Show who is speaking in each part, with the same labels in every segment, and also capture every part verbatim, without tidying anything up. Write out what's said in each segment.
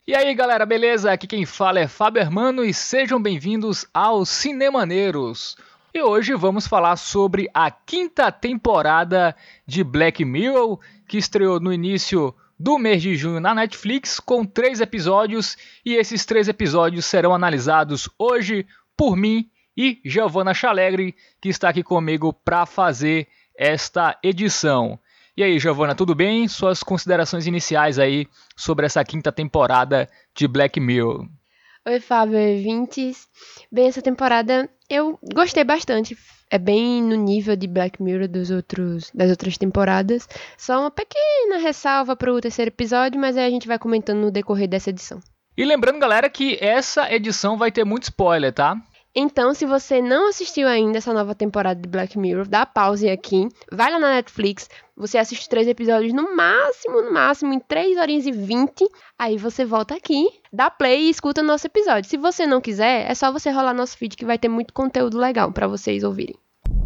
Speaker 1: E aí galera, beleza? Aqui quem fala é Fábio Hermano e sejam bem-vindos aos Cinemaneiros. E hoje vamos falar sobre a quinta temporada de Black Mirror, que estreou no início do mês de junho na Netflix, com três episódios, e esses três episódios serão analisados hoje por mim e Giovanna Chalegre, que está aqui comigo para fazer esta edição. E aí, Giovanna, tudo bem? Suas considerações iniciais aí sobre essa quinta temporada de Black Mirror.
Speaker 2: Oi, Fábio, ouvintes. Bem, essa temporada eu gostei bastante. É bem no nível de Black Mirror dos outros, das outras temporadas. Só uma pequena ressalva para o terceiro episódio, mas aí a gente vai comentando no decorrer dessa edição.
Speaker 1: E lembrando, galera, que essa edição vai ter muito spoiler, tá?
Speaker 2: Então, se você não assistiu ainda essa nova temporada de Black Mirror, dá pause aqui, vai lá na Netflix, você assiste três episódios no máximo, no máximo, em três horas e vinte, aí você volta aqui, dá play e escuta nosso episódio. Se você não quiser, é só você rolar nosso feed que vai ter muito conteúdo legal pra vocês ouvirem.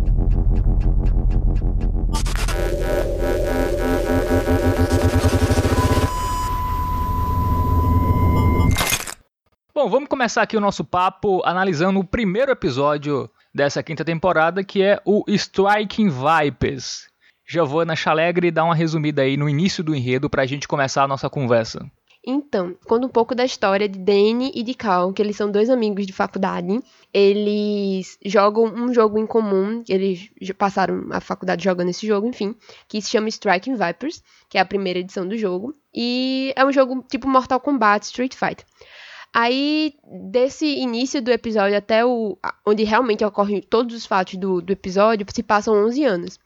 Speaker 1: Bom, vamos começar aqui o nosso papo analisando o primeiro episódio dessa quinta temporada, que é o Striking Vipers. Giovanna Chalegre, dá uma resumida aí no início do enredo pra gente começar a nossa conversa.
Speaker 2: Então, conta um pouco da história de Danny e de Cal, que eles são dois amigos de faculdade. Eles jogam um jogo em comum, eles passaram a faculdade jogando esse jogo, enfim, que se chama Striking Vipers, que é a primeira edição do jogo. E é um jogo tipo Mortal Kombat, Street Fighter. Aí, desse início do episódio até o onde realmente ocorrem todos os fatos do, do episódio, se passam onze anos.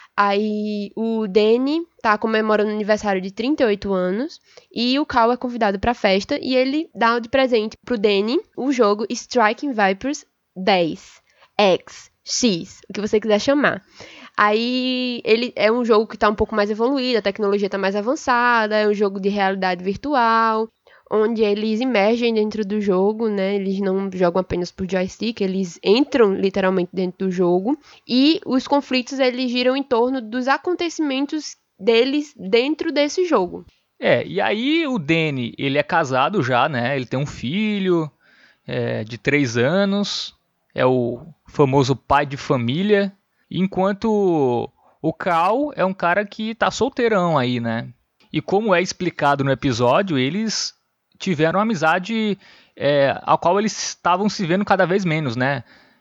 Speaker 2: Aí, o Danny tá comemorando o aniversário de trinta e oito anos e o Cal é convidado pra festa e ele dá de presente pro Danny o jogo Striking Vipers dez, X, X, o que você quiser chamar. Aí, ele é um jogo que tá um pouco mais evoluído, a tecnologia tá mais avançada, é um jogo de realidade virtual, onde eles emergem dentro do jogo, né? Eles não jogam apenas por joystick, eles entram literalmente dentro do jogo. E os conflitos, eles giram em torno dos acontecimentos deles dentro desse jogo.
Speaker 1: É, e aí o Danny, ele é casado já, né? Ele tem um filho é, de três anos, é o famoso pai de família, enquanto o Cal é um cara que tá solteirão aí, né? E como é explicado no episódio, eles tiveram uma amizade é, ao qual eles estavam se vendo cada vez menos, né?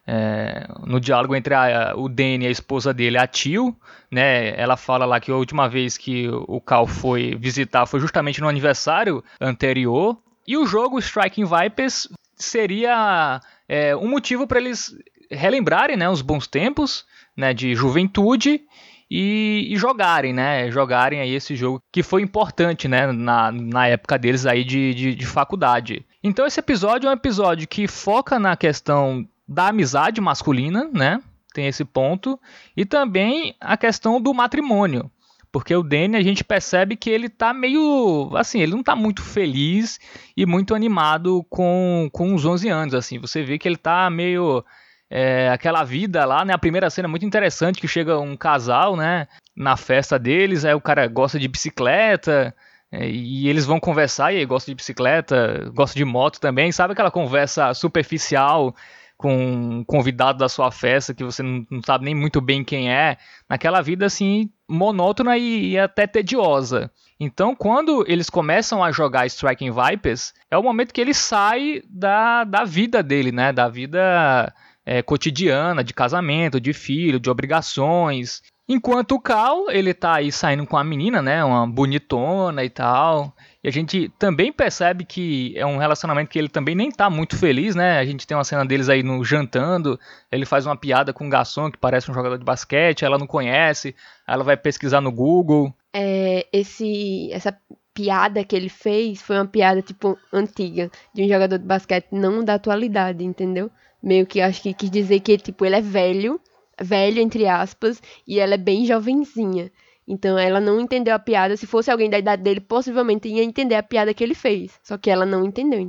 Speaker 1: É, no diálogo entre a, o Danny e a esposa dele, a Tio, né? Ela fala lá que a última vez que o Cal foi visitar foi justamente no aniversário anterior. E o jogo Striking Vipers seria é, um motivo para eles relembrarem, né, os bons tempos, né, de juventude. E, e jogarem, né? Jogarem aí esse jogo que foi importante, né? Na, na época deles aí de, de, de faculdade. Então esse episódio é um episódio que foca na questão da amizade masculina, né? Tem esse ponto. E também a questão do matrimônio. Porque o Danny, a gente percebe que ele tá meio... Assim, ele não tá muito feliz e muito animado com, com os onze anos, assim. Você vê que ele tá meio... É, aquela vida lá, né? A primeira cena é muito interessante, que chega um casal, né? Na festa deles, aí o cara gosta de bicicleta, é, e eles vão conversar, e aí gosta de bicicleta, gosta de moto também, sabe aquela conversa superficial com um convidado da sua festa, que você não, não sabe nem muito bem quem é, naquela vida assim, monótona e, e até tediosa. Então, quando eles começam a jogar Striking Vipers, é o momento que ele sai da, da vida dele, né? Da vida... É, cotidiana, de casamento, de filho, de obrigações. Enquanto o Cal, ele tá aí saindo com a menina, né, uma bonitona e tal. E a gente também percebe que é um relacionamento que ele também nem tá muito feliz, né? A gente tem uma cena deles aí no jantando, ele faz uma piada com um garçom que parece um jogador de basquete, ela não conhece, ela vai pesquisar no Google.
Speaker 2: É, esse, essa piada que ele fez foi uma piada, tipo, antiga, de um jogador de basquete, não da atualidade, entendeu? Meio que acho que quis dizer que tipo, ele é velho, velho entre aspas, e ela é bem jovenzinha. Então ela não entendeu a piada. Se fosse alguém da idade dele, possivelmente ia entender a piada que ele fez. Só que ela não entendeu.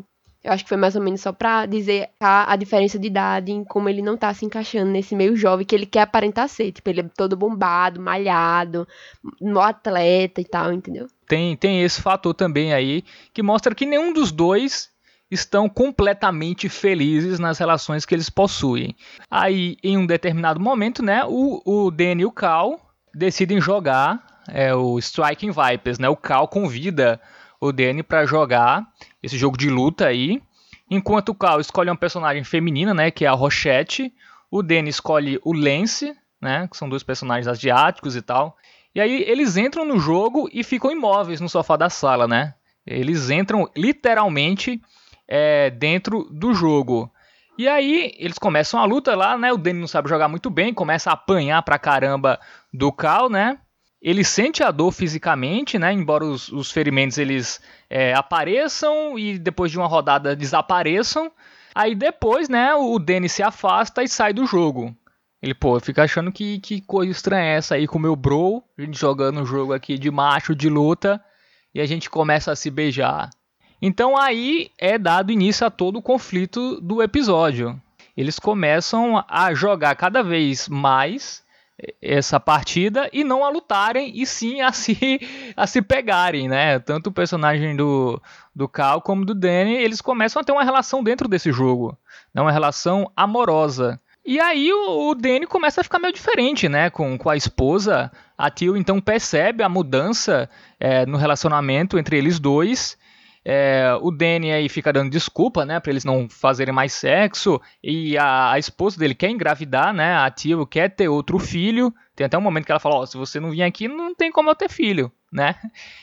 Speaker 2: Eu acho que foi mais ou menos só pra dizer a, a diferença de idade, em como ele não tá se encaixando nesse meio jovem que ele quer aparentar ser. Tipo, ele é todo bombado, malhado, no atleta e tal, entendeu?
Speaker 1: Tem, tem esse fator também aí, que mostra que nenhum dos dois estão completamente felizes nas relações que eles possuem. Aí, em um determinado momento, né, o, o Danny e o Cal decidem jogar é, o Striking Vipers, né? O Cal convida o Danny para jogar esse jogo de luta aí, enquanto o Cal escolhe uma personagem feminina, né, que é a Rochette, o Danny escolhe o Lance, né, que são dois personagens asiáticos e tal. E aí eles entram no jogo e ficam imóveis no sofá da sala, né? Eles entram literalmente é, dentro do jogo. E aí eles começam a luta lá, né? O Danny não sabe jogar muito bem, começa a apanhar pra caramba do Cal, né? Ele sente a dor fisicamente, né? Embora os, os ferimentos eles é, apareçam e depois de uma rodada desapareçam. Aí depois, né? O Danny se afasta e sai do jogo. Ele, pô, fica achando que, que coisa estranha é essa aí com o meu bro, a gente jogando um jogo aqui de macho, de luta, e a gente começa a se beijar. Então aí é dado início a todo o conflito do episódio. Eles começam a jogar cada vez mais essa partida e não a lutarem, e sim a se, a se pegarem, né? Tanto o personagem do, do Cal como do Danny, eles começam a ter uma relação dentro desse jogo, né? Uma relação amorosa. E aí o, o Danny começa a ficar meio diferente, né, com, com a esposa. A Teal então percebe a mudança é, no relacionamento entre eles dois. É, o Danny aí fica dando desculpa, né, para eles não fazerem mais sexo. E a, a esposa dele quer engravidar, né, a Teal quer ter outro filho. Tem até um momento que ela fala, ó, se você não vir aqui, não tem como eu ter filho, né?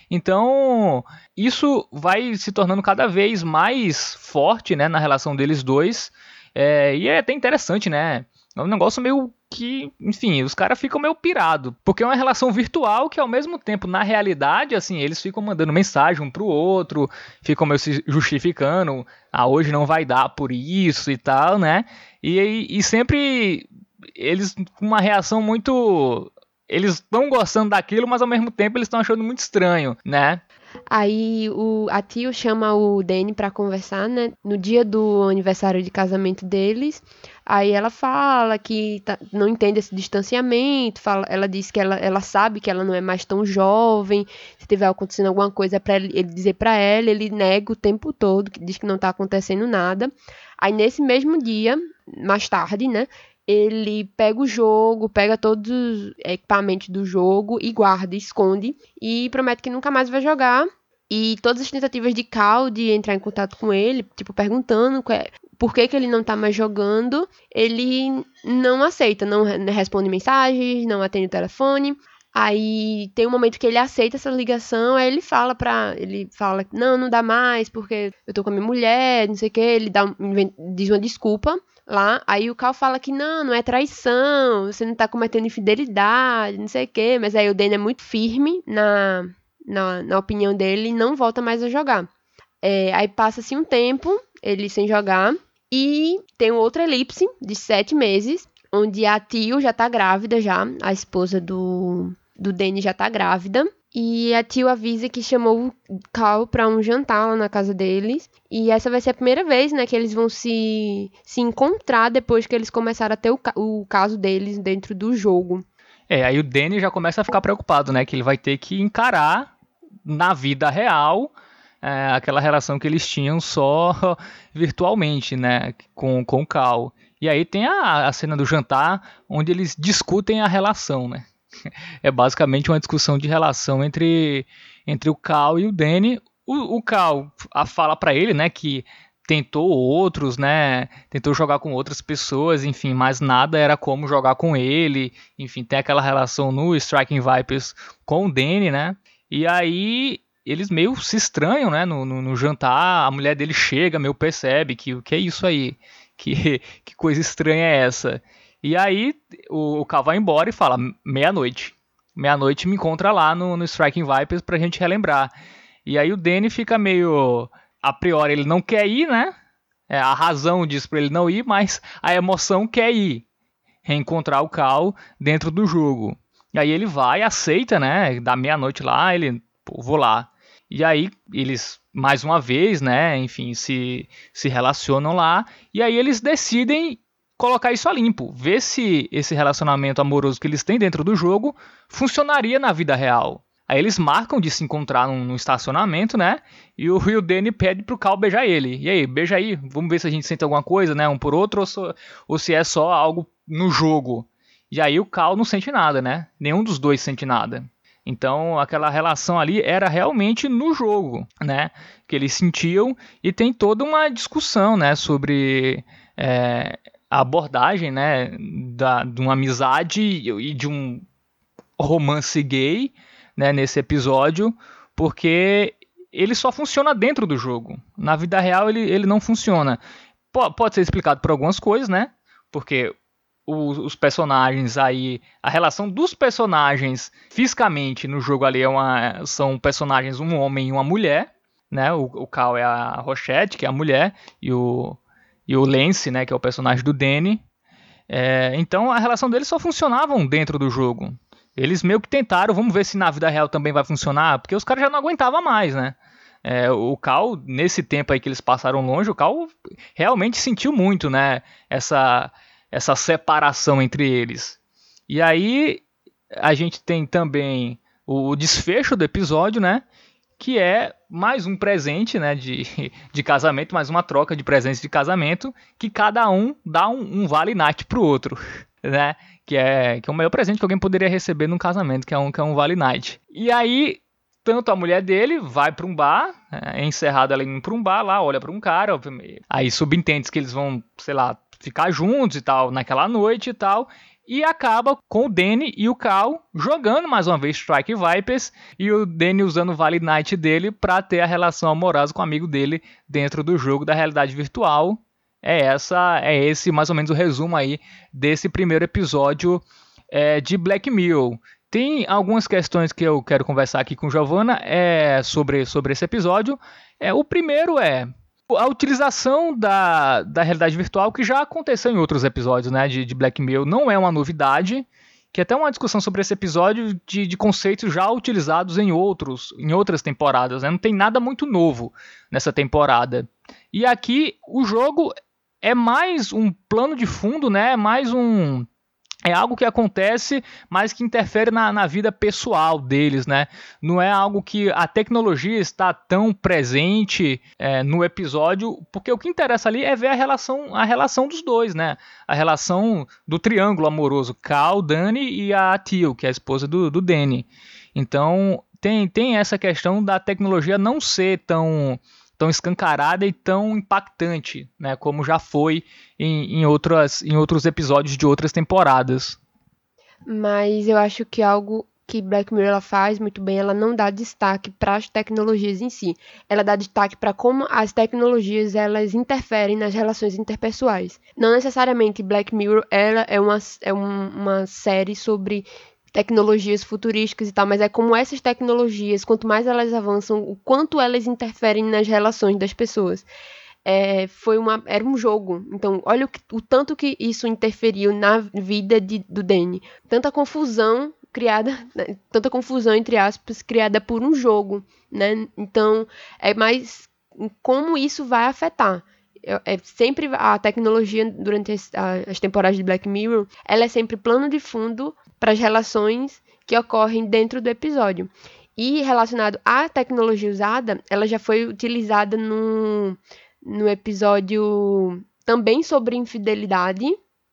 Speaker 1: Então, isso vai se tornando cada vez mais forte, né, na relação deles dois. É, e é até interessante, né? É um negócio meio que, enfim, os caras ficam meio pirados. Porque é uma relação virtual que, ao mesmo tempo, na realidade, assim, eles ficam mandando mensagem um pro outro, ficam meio se justificando. Ah, hoje não vai dar por isso e tal, né? E, e sempre eles com uma reação muito... Eles estão gostando daquilo, mas ao mesmo tempo eles estão achando muito estranho, né?
Speaker 2: Aí o, a Teal chama o Danny pra conversar, né? No dia do aniversário de casamento deles. Aí ela fala que tá, não entende esse distanciamento. Fala, ela diz que ela, ela sabe que ela não é mais tão jovem. Se tiver acontecendo alguma coisa pra ele, ele dizer pra ela, ele nega o tempo todo, diz que não tá acontecendo nada. Aí nesse mesmo dia, mais tarde, né? Ele pega o jogo, pega todos os equipamentos do jogo e guarda, esconde. E promete que nunca mais vai jogar. E todas as tentativas de Cal de entrar em contato com ele, tipo, perguntando por que, que ele não tá mais jogando, ele não aceita, não responde mensagens, não atende o telefone. Aí tem um momento que ele aceita essa ligação, aí ele fala pra... Ele fala, não, não dá mais, porque eu tô com a minha mulher, não sei o que. Ele dá, diz uma desculpa lá, aí o Cal fala que não, não é traição, você não tá cometendo infidelidade, não sei o que, mas aí o Danny é muito firme na, na, na opinião dele e não volta mais a jogar. É, aí passa-se um tempo, ele sem jogar, e tem outra elipse de sete meses, onde a Teal já tá grávida já, a esposa do, do Danny já tá grávida, e a Teal avisa que chamou o Cal pra um jantar lá na casa deles. E essa vai ser a primeira vez, né, que eles vão se, se encontrar depois que eles começaram a ter o, o caso deles dentro do jogo.
Speaker 1: É, aí o Danny já começa a ficar preocupado, né, que ele vai ter que encarar na vida real é, aquela relação que eles tinham só virtualmente, né, com, com o Cal. E aí tem a, a cena do jantar onde eles discutem a relação, né. É basicamente uma discussão de relação entre, entre o Cal e o Danny. O, o Cal a fala pra ele, né, que tentou outros, né, tentou jogar com outras pessoas, enfim, mas nada era como jogar com ele. Enfim, tem aquela relação no Striking Vipers com o Danny, né, e aí eles meio se estranham, né, no, no, no jantar. A mulher dele chega, meio percebe que o que é isso aí, que, que coisa estranha é essa. E aí o, o Cal vai embora e fala, meia-noite. Meia-noite me encontra lá no, no Striking Vipers pra gente relembrar. E aí o Danny fica meio... A priori ele não quer ir, né? É, a razão diz pra ele não ir, mas a emoção quer ir. Reencontrar o Cal dentro do jogo. E aí ele vai, aceita, né? Da meia-noite lá, ele... Pô, vou lá. E aí eles, mais uma vez, né, enfim, se, se relacionam lá, e aí eles decidem colocar isso a limpo, ver se esse relacionamento amoroso que eles têm dentro do jogo funcionaria na vida real. Aí eles marcam de se encontrar num, num estacionamento, né? E o, e o Danny pede pro Cal beijar ele. E aí, beija aí, vamos ver se a gente sente alguma coisa, né? Um por outro, ou, so, ou se é só algo no jogo. E aí o Cal não sente nada, né? Nenhum dos dois sente nada. Então aquela relação ali era realmente no jogo, né? Que eles sentiam, e tem toda uma discussão, né? Sobre é, a abordagem, né? Da, de uma amizade e de um romance gay, né, nesse episódio, porque ele só funciona dentro do jogo. Na vida real ele, ele não funciona. P- pode ser explicado por algumas coisas, né? Porque os, os personagens aí, a relação dos personagens fisicamente no jogo ali é uma, são personagens, um homem e uma mulher, né? O, o Cal é a Rochette, que é a mulher, e o, e o Lance, né, que é o personagem do Danny. É, então a relação deles só funcionavam dentro do jogo. Eles meio que tentaram, vamos ver se na vida real também vai funcionar, porque os caras já não aguentavam mais, né? É, o Cal, nesse tempo aí que eles passaram longe, o Cal realmente sentiu muito, né? Essa, essa separação entre eles. E aí a gente tem também o desfecho do episódio, né? Que é mais um presente, né, de, de casamento, mais uma troca de presentes de casamento, que cada um dá um, um vale night pro outro, né? Que é, que é o melhor presente que alguém poderia receber num casamento, que é um, que é um vale night. E aí, tanto a mulher dele vai para um bar, é encerrada ela indo para um bar lá, olha para um cara, aí subentende que eles vão, sei lá, ficar juntos e tal, naquela noite e tal, e acaba com o Danny e o Cal jogando mais uma vez Strike Vipers, e o Danny usando o Vale Night dele para ter a relação amorosa com o amigo dele dentro do jogo da realidade virtual. É, essa, é esse mais ou menos o resumo aí desse primeiro episódio é, de Black Mirror. Tem algumas questões que eu quero conversar aqui com Giovanna é, sobre, sobre esse episódio. É, o primeiro é a utilização da, da realidade virtual, que já aconteceu em outros episódios, né, de, de Black Mirror. Não é uma novidade, que até uma discussão sobre esse episódio de, de conceitos já utilizados em, outros, em outras temporadas. Né? Não tem nada muito novo nessa temporada. E aqui o jogo é mais um plano de fundo, né? É mais um... É algo que acontece, mas que interfere na, na vida pessoal deles, né? Não é algo que a tecnologia está tão presente é, no episódio, porque o que interessa ali é ver a relação, a relação dos dois, né? A relação do triângulo amoroso, Cal, Danny e a Teal, que é a esposa do, do Danny. Então, tem, tem essa questão da tecnologia não ser tão... tão escancarada e tão impactante, né, como já foi em, em, outras, em outros episódios de outras temporadas.
Speaker 2: Mas eu acho que algo que Black Mirror ela faz muito bem, ela não dá destaque para as tecnologias em si. Ela dá destaque para como as tecnologias elas interferem nas relações interpessoais. Não necessariamente Black Mirror ela é uma, é um, uma série sobre tecnologias futurísticas e tal, mas é como essas tecnologias, quanto mais elas avançam, o quanto elas interferem nas relações das pessoas. É, foi uma, era um jogo, então olha o, o tanto que isso interferiu na vida de, do Danny. Tanta confusão criada, né, tanta confusão, entre aspas, criada por um jogo, né? Então, é mais como isso vai afetar. É sempre a tecnologia durante as, as temporadas de Black Mirror, ela é sempre plano de fundo para as relações que ocorrem dentro do episódio. E relacionado à tecnologia usada, ela já foi utilizada no, no episódio também sobre infidelidade.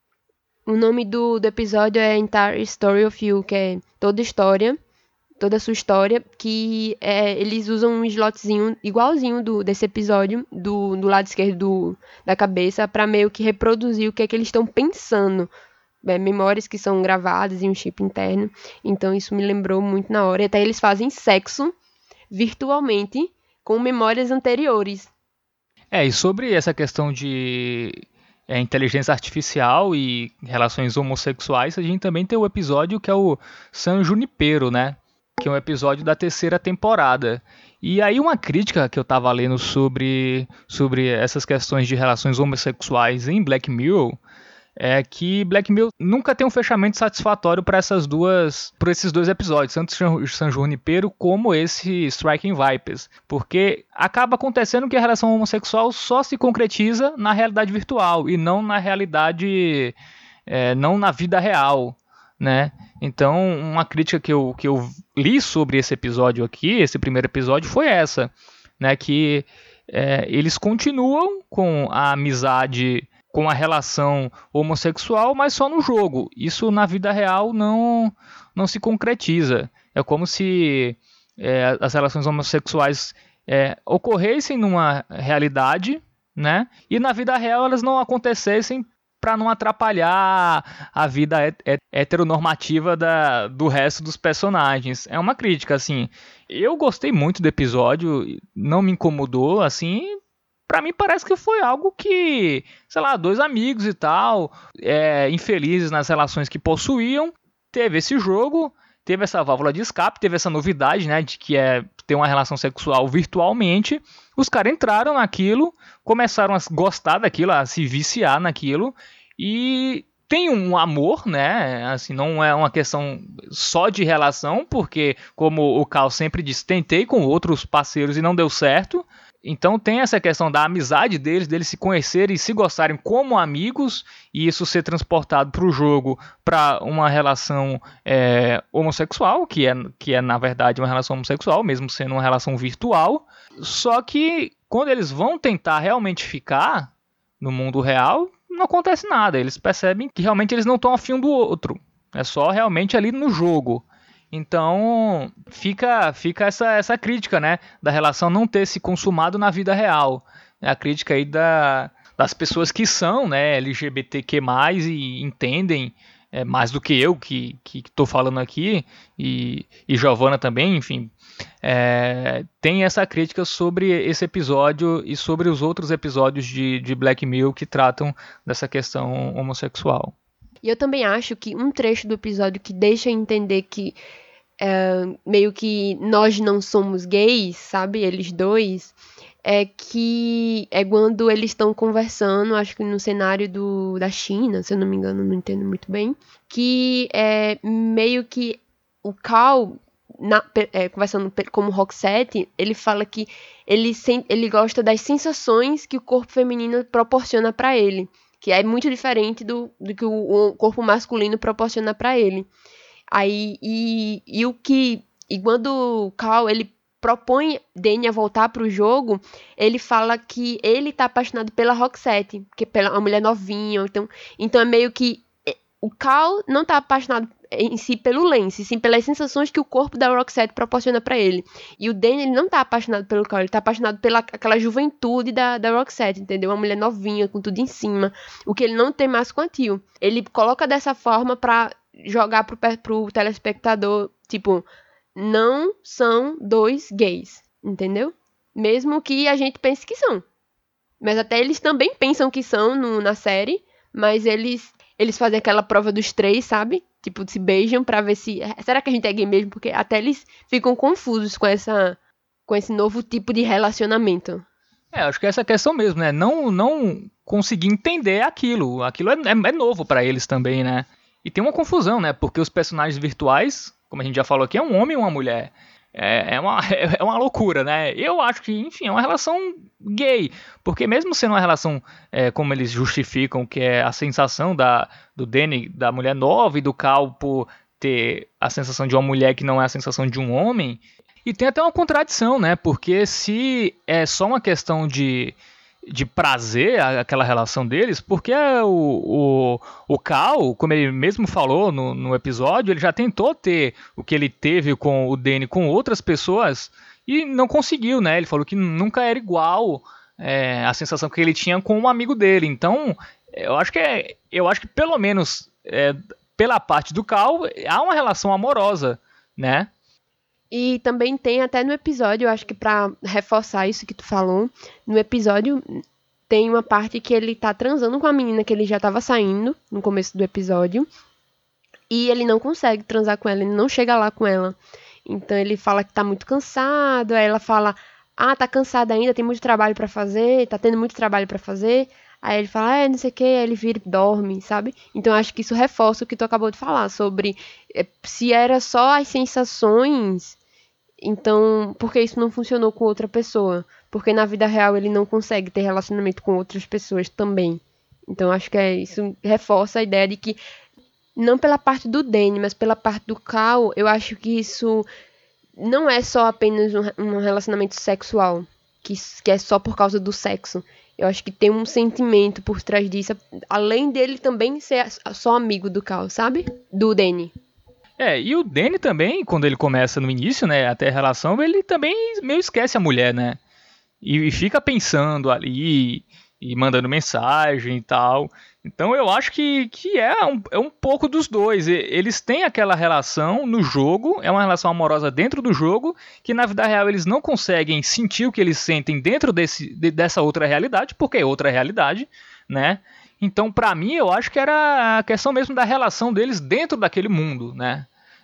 Speaker 2: O nome do, do episódio é Entire Story of You, que é toda história, toda a sua história, que é, eles usam um slotzinho igualzinho do, desse episódio, do, do lado esquerdo do, da cabeça, para meio que reproduzir o que é que eles estão pensando. É, memórias que são gravadas em um chip interno. Então isso me lembrou muito na hora. E até eles fazem sexo virtualmente com memórias anteriores.
Speaker 1: É, e sobre essa questão de é, inteligência artificial e relações homossexuais, a gente também tem o episódio que é o San Junipero, né? Que é um episódio da terceira temporada. E aí uma crítica que eu tava lendo sobre, sobre essas questões de relações homossexuais em Black Mirror é que Black Mirror nunca tem um fechamento satisfatório para essas duas, para esses dois episódios, tanto San Junipero como esse Striking Vipers, porque acaba acontecendo que a relação homossexual só se concretiza na realidade virtual e não na realidade, é, não na vida real, né? Então, uma crítica que eu, que eu li sobre esse episódio aqui, esse primeiro episódio, foi essa, né? Que é, eles continuam com a amizade, com a relação homossexual, mas só no jogo. Isso na vida real não, não se concretiza. É como se é, as relações homossexuais é, ocorressem numa realidade, né? E na vida real elas não acontecessem para não atrapalhar a vida heteronormativa da, do resto dos personagens. É uma crítica, assim. Eu gostei muito do episódio, não me incomodou, assim. Pra mim parece que foi algo que, sei lá, dois amigos e tal, é, infelizes nas relações que possuíam, teve esse jogo, teve essa válvula de escape, teve essa novidade, né, de que é ter uma relação sexual virtualmente. Os caras entraram naquilo, começaram a gostar daquilo, a se viciar naquilo, e tem um amor, né, assim, não é uma questão só de relação, porque, como o Cal sempre disse, tentei com outros parceiros e não deu certo. Então tem essa questão da amizade deles, deles se conhecerem e se gostarem como amigos, e isso ser transportado para o jogo para uma relação é, homossexual, que é, que é na verdade uma relação homossexual, mesmo sendo uma relação virtual. Só que quando eles vão tentar realmente ficar no mundo real, não acontece nada. Eles percebem que realmente eles não estão afim um do outro. É só realmente ali no jogo. Então fica, fica essa, essa crítica, né, da relação não ter se consumado na vida real. É a crítica aí da, das pessoas que são, né, L G B T Q mais, e entendem é, mais do que eu que estou falando aqui, e, e Giovanna também, enfim. É, tem essa crítica sobre esse episódio e sobre os outros episódios de, de Black Mirror que tratam dessa questão homossexual.
Speaker 2: E eu também acho que um trecho do episódio que deixa entender que é, meio que nós não somos gays, sabe? Eles dois, é que é quando eles estão conversando, acho que no cenário do, da China, se eu não me engano, não entendo muito bem, que é meio que o Cal, na, é, conversando como Roxette, ele fala que ele, sem, ele gosta das sensações que o corpo feminino proporciona para ele, que é muito diferente do, do que o, o corpo masculino proporciona para ele. Aí, e, e o que... E quando o Cal, ele propõe Danny a voltar pro jogo, ele fala que ele tá apaixonado pela Roxette, que é pela uma mulher novinha. Então, então é meio que... O Cal não tá apaixonado em si pelo Lance, sim pelas sensações que o corpo da Roxette proporciona pra ele. E o Danny, ele não tá apaixonado pelo Cal, ele tá apaixonado pela aquela juventude da, da Roxette, entendeu? Uma mulher novinha, com tudo em cima, o que ele não tem mais com a Tio. Ele coloca dessa forma pra jogar pro, pro telespectador, tipo, não são dois gays, entendeu? Mesmo que a gente pense que são. Mas até eles também pensam que são no, na série, mas eles... Eles fazem aquela prova dos três, sabe? Tipo, se beijam pra ver se... Será que a gente é gay mesmo? Porque até eles ficam confusos com, essa, com esse novo tipo de relacionamento.
Speaker 1: É, acho que é essa questão mesmo, né? Não, não conseguir entender aquilo. Aquilo é, é, é novo pra eles também, né? E tem uma confusão, né? Porque os personagens virtuais, como a gente já falou aqui, é um homem e uma mulher. É, é, uma, é uma loucura, né? Eu acho que, enfim, é uma relação gay. Porque mesmo sendo uma relação, é, como eles justificam, que é a sensação da, do Danny, da mulher nova, e do Cal por ter a sensação de uma mulher que não é a sensação de um homem. E tem até uma contradição, né? Porque se é só uma questão de... de prazer, aquela relação deles, porque o, o, o Cal, como ele mesmo falou no, no episódio, ele já tentou ter o que ele teve com o Danny com outras pessoas e não conseguiu, né? Ele falou que nunca era igual é, a sensação que ele tinha com um amigo dele. Então, eu acho que, é, eu acho que pelo menos é, pela parte do Cal, há uma relação amorosa, né?
Speaker 2: E também tem até no episódio, eu acho que pra reforçar isso que tu falou, no episódio tem uma parte que ele tá transando com a menina que ele já tava saindo no começo do episódio, e ele não consegue transar com ela, ele não chega lá com ela. Então ele fala que tá muito cansado, aí ela fala, ah, tá cansada ainda, tem muito trabalho pra fazer, tá tendo muito trabalho pra fazer. Aí ele fala, ah, não sei o que, aí ele vira e dorme, sabe? Então eu acho que isso reforça o que tu acabou de falar, sobre é, se era só as sensações, então por que isso não funcionou com outra pessoa? Porque na vida real ele não consegue ter relacionamento com outras pessoas também. Então acho que é, isso reforça a ideia de que, não pela parte do Danny, mas pela parte do Cal, eu acho que isso não é só apenas um, um relacionamento sexual, que, que é só por causa do sexo. Eu acho que tem um sentimento por trás disso, além dele também ser só amigo do Cal, sabe? Do Danny.
Speaker 1: É, e o Danny também, quando ele começa no início, né, até a relação, ele também meio esquece a mulher, né? E, e fica pensando ali, e mandando mensagem e tal. Então eu acho que, que é, um, é um pouco dos dois. Eles têm aquela relação no jogo, é uma relação amorosa dentro do jogo, que na vida real eles não conseguem sentir o que eles sentem dentro desse, de, dessa outra realidade, porque é outra realidade, né? Então, pra mim, eu acho que era a questão mesmo da relação deles dentro daquele mundo, né?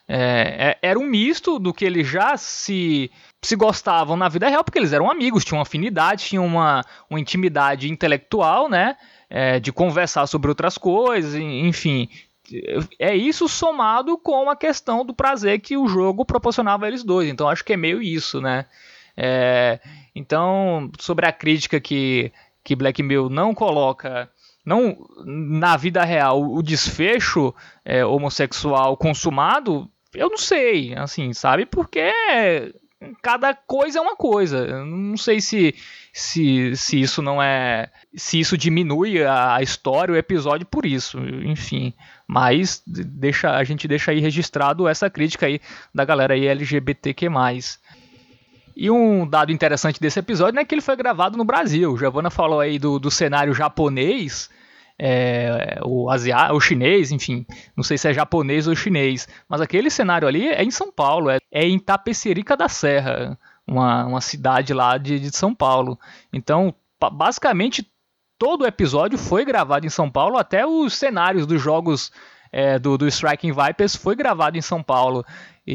Speaker 1: É, era um misto do que eles já se, se gostavam na vida real, porque eles eram amigos, tinham uma afinidade, tinham uma, uma intimidade intelectual, né? É, de conversar sobre outras coisas, enfim. É isso somado com a questão do prazer que o jogo proporcionava a eles dois. Então, acho que é meio isso, né? É, então, sobre a crítica que, que Black Mirror não coloca... Não, na vida real, o desfecho é, homossexual consumado, eu não sei, assim, sabe? Porque cada coisa é uma coisa. Eu não sei se, se, se isso não é... Se isso diminui a história, o episódio por isso, enfim. Mas deixa, a gente deixa aí registrado essa crítica aí da galera aí L G B T Q mais. E um dado interessante desse episódio é que ele foi gravado no Brasil. Giovanna falou aí do, do cenário japonês, é, o, asiá, o chinês, enfim, não sei se é japonês ou chinês, mas aquele cenário ali é em São Paulo, é, é em Tapecerica da Serra, uma, uma cidade lá de, de São Paulo. Então, basicamente, todo o episódio foi gravado em São Paulo, até os cenários dos jogos é, do, do Striking Vipers foi gravado em São Paulo.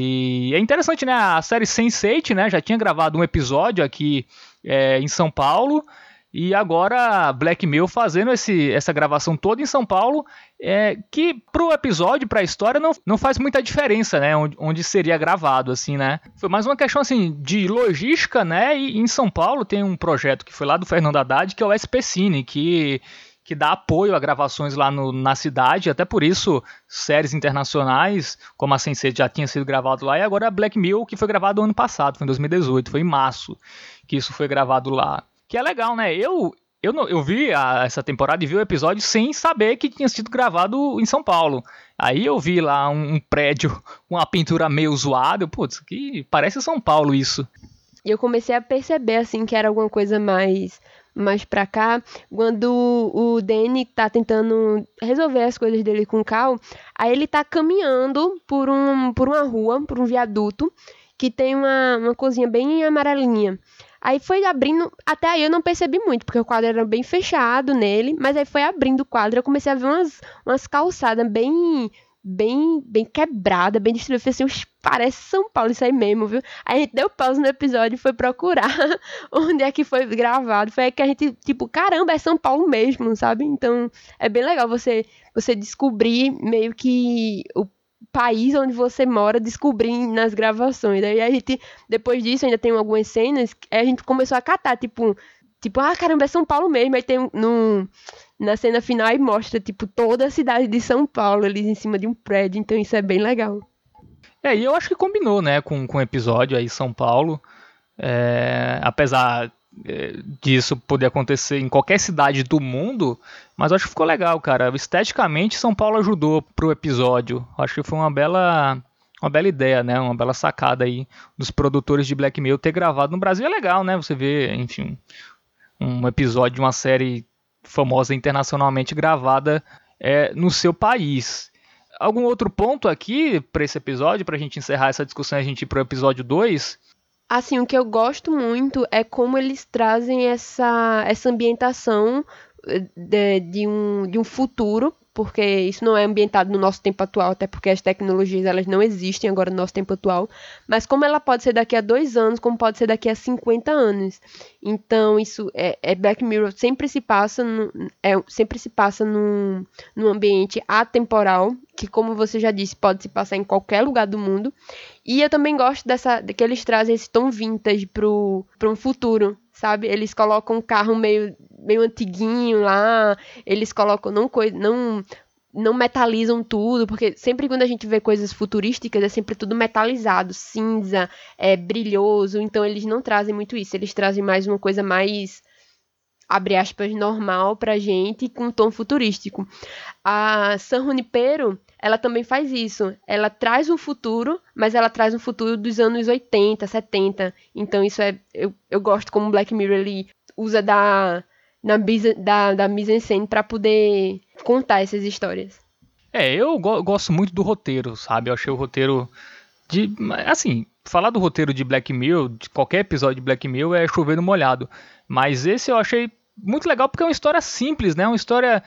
Speaker 1: E é interessante, né? A série sense eight, né, já tinha gravado um episódio aqui é, em São Paulo, e agora Black Mirror fazendo esse, essa gravação toda em São Paulo, é, que pro episódio, pra história, não, não faz muita diferença, né? Onde, onde seria gravado, assim, né? Foi mais uma questão, assim, de logística, né? E em São Paulo tem um projeto que foi lá do Fernando Haddad, que é o S P Cine, que... que dá apoio a gravações lá no, na cidade, até por isso séries internacionais, como a sense eight já tinha sido gravado lá, e agora a Black Mirror, que foi gravado ano passado, foi em dois mil e dezoito, foi em março que isso foi gravado lá. Que é legal, né? Eu, eu, não, eu vi a, essa temporada e vi o episódio sem saber que tinha sido gravado em São Paulo. Aí eu vi lá um, um prédio com uma pintura meio zoada, putz, que parece São Paulo isso.
Speaker 2: E eu comecei a perceber, assim, que era alguma coisa mais... mais pra cá, quando o Danny tá tentando resolver as coisas dele com o Cal, aí ele tá caminhando por, um, por uma rua, por um viaduto, que tem uma, uma cozinha bem amarelinha. Aí foi abrindo, até aí eu não percebi muito, porque o quadro era bem fechado nele, mas aí foi abrindo o quadro, eu comecei a ver umas, umas calçadas bem... bem, bem quebrada, bem destruída. Eu falei assim, parece São Paulo isso aí mesmo, viu? Aí a gente deu pausa no episódio e foi procurar onde é que foi gravado. Foi aí que a gente, tipo, caramba, é São Paulo mesmo, sabe? Então, é bem legal você, você descobrir meio que o país onde você mora, descobrir nas gravações. Daí a gente, depois disso, ainda tem algumas cenas, a gente começou a catar, tipo... Tipo, ah, caramba, é São Paulo mesmo. Aí tem no, na cena final e mostra, tipo, toda a cidade de São Paulo ali em cima de um prédio. Então isso é bem legal.
Speaker 1: É, e eu acho que combinou, né, com, com o episódio aí São Paulo. É, apesar é, disso poder acontecer em qualquer cidade do mundo, mas eu acho que ficou legal, cara. Esteticamente, São Paulo ajudou pro episódio. Acho que foi uma bela... Uma bela ideia, né? Uma bela sacada aí dos produtores de Black Mirror ter gravado no Brasil. É legal, né? Você vê, enfim... um episódio de uma série famosa internacionalmente gravada é, no seu país. Algum outro ponto aqui para esse episódio, para a gente encerrar essa discussão e a gente ir para o episódio dois?
Speaker 2: Assim, o que eu gosto muito é como eles trazem essa, essa ambientação de, de, um, de um futuro porque isso não é ambientado no nosso tempo atual, até porque as tecnologias elas não existem agora no nosso tempo atual, mas como ela pode ser daqui a dois anos, como pode ser daqui a cinquenta anos. Então, isso é, é Black Mirror sempre se passa, no, é, sempre se passa num, num ambiente atemporal, que, como você já disse, pode se passar em qualquer lugar do mundo. E eu também gosto dessa, que eles trazem esse tom vintage pro, pro um futuro, sabe? Eles colocam um carro meio, meio antiguinho lá, eles colocam, não, não, não metalizam tudo, porque sempre quando a gente vê coisas futurísticas, é sempre tudo metalizado, cinza, é brilhoso, então eles não trazem muito isso, eles trazem mais uma coisa mais, abre aspas, normal pra gente, com um tom futurístico. A San Junipero, ela também faz isso. Ela traz o futuro, mas ela traz um futuro dos anos oitenta, setenta. Então isso é... Eu, eu gosto como o Black Mirror ele usa da, na, da, da mise-en-scène pra poder contar essas histórias.
Speaker 1: É, eu go- gosto muito do roteiro, sabe? Eu achei o roteiro de... Assim, falar do roteiro de Black Mirror, de qualquer episódio de Black Mirror, é chover no molhado. Mas esse eu achei muito legal porque é uma história simples, né? Uma história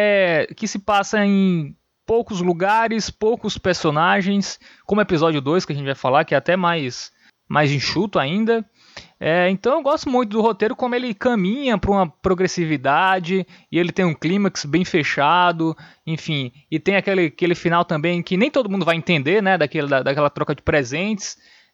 Speaker 1: é, que se passa em poucos lugares, poucos personagens, como o episódio dois que a gente vai falar, que é até mais, mais enxuto ainda. É, então eu gosto muito do roteiro, como ele caminha para uma progressividade, e ele tem um clímax bem fechado, enfim, e tem aquele, aquele final também que nem todo mundo vai entender, né? Daquele, da, daquela troca de presentes,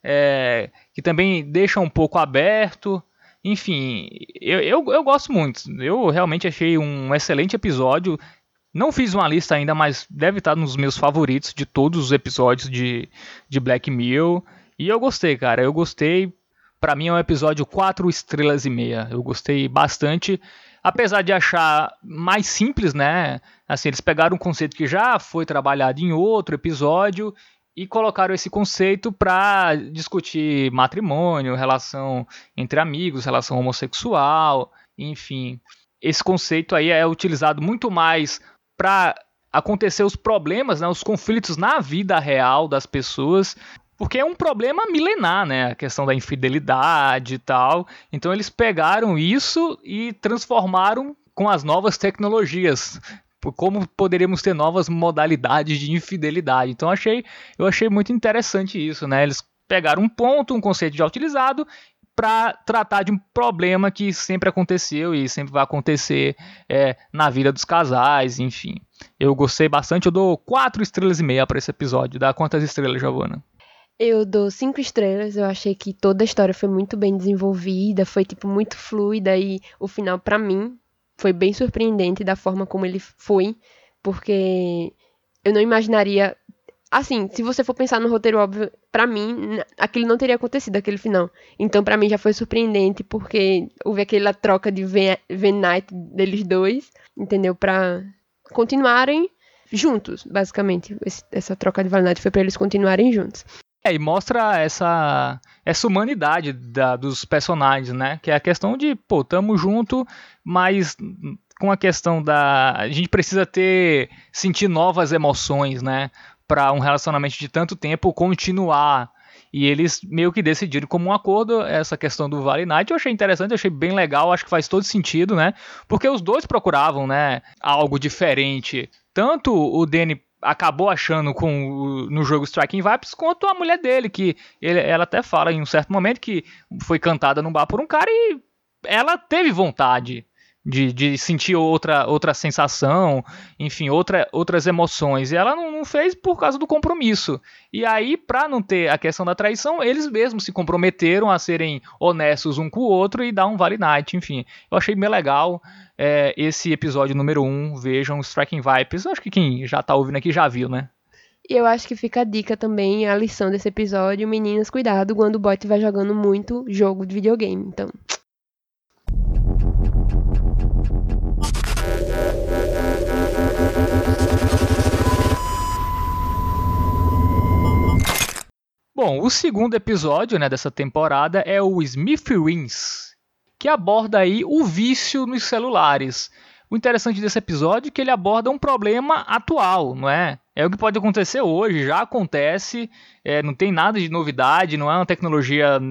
Speaker 1: é, que também deixa um pouco aberto. Enfim, eu, eu, eu gosto muito. Eu realmente achei um excelente episódio. Não fiz uma lista ainda, mas deve estar nos meus favoritos de todos os episódios de, de Black Mirror. E eu gostei, cara. Eu gostei. Pra mim é um episódio quatro estrelas e meia. Eu gostei bastante. Apesar de achar mais simples, né? Assim, eles pegaram um conceito que já foi trabalhado em outro episódio e colocaram esse conceito para discutir matrimônio, relação entre amigos, relação homossexual, enfim. Esse conceito aí é utilizado muito mais para acontecer os problemas, né, os conflitos na vida real das pessoas, porque é um problema milenar, né, a questão da infidelidade e tal. Então eles pegaram isso e transformaram com as novas tecnologias. Como poderíamos ter novas modalidades de infidelidade. Então achei, eu achei muito interessante isso, né? Eles pegaram um ponto, um conceito já utilizado, para tratar de um problema que sempre aconteceu e sempre vai acontecer é, na vida dos casais, enfim. Eu gostei bastante, eu dou quatro estrelas e meia para esse episódio. Dá quantas estrelas, Giovana?
Speaker 2: Eu dou cinco estrelas, eu achei que toda a história foi muito bem desenvolvida, foi tipo muito fluida e o final, pra mim, foi bem surpreendente da forma como ele foi, porque eu não imaginaria... Assim, se você for pensar no roteiro óbvio, pra mim, aquilo não teria acontecido, aquele final. Então, pra mim, já foi surpreendente, porque houve aquela troca de Venite deles dois, entendeu? Pra continuarem juntos, basicamente. Esse, essa troca de Venite foi pra eles continuarem juntos.
Speaker 1: É, e mostra essa, essa humanidade da, dos personagens, né? Que é a questão de, pô, tamo junto, mas com a questão da... A gente precisa ter, sentir novas emoções, né? Para um relacionamento de tanto tempo continuar. E eles meio que decidiram como um acordo essa questão do Vale Night. Eu achei interessante, eu achei bem legal, acho que faz todo sentido, né? Porque os dois procuravam, né, algo diferente. Tanto o Danny acabou achando com o, no jogo Striking Vibes, quanto a mulher dele, que ele, ela até fala em um certo momento que foi cantada num bar por um cara e ela teve vontade de, de sentir outra, outra sensação, enfim, outra, outras emoções, e ela não, não fez por causa do compromisso. E aí, para não ter a questão da traição, eles mesmos se comprometeram a serem honestos um com o outro e dar um Vale Night, enfim. Eu achei bem legal é, esse episódio número um, vejam, Striking Vibes. Eu acho que quem já tá ouvindo aqui já viu, né?
Speaker 2: E eu acho que fica a dica também, a lição desse episódio, meninas, cuidado quando o bot vai jogando muito jogo de videogame, então...
Speaker 1: Bom, o segundo episódio, né, dessa temporada é o Smithereens, que aborda aí o vício nos celulares. O interessante desse episódio é que ele aborda um problema atual, não é? É o que pode acontecer hoje, já acontece, é, não tem nada de novidade, não é uma tecnologia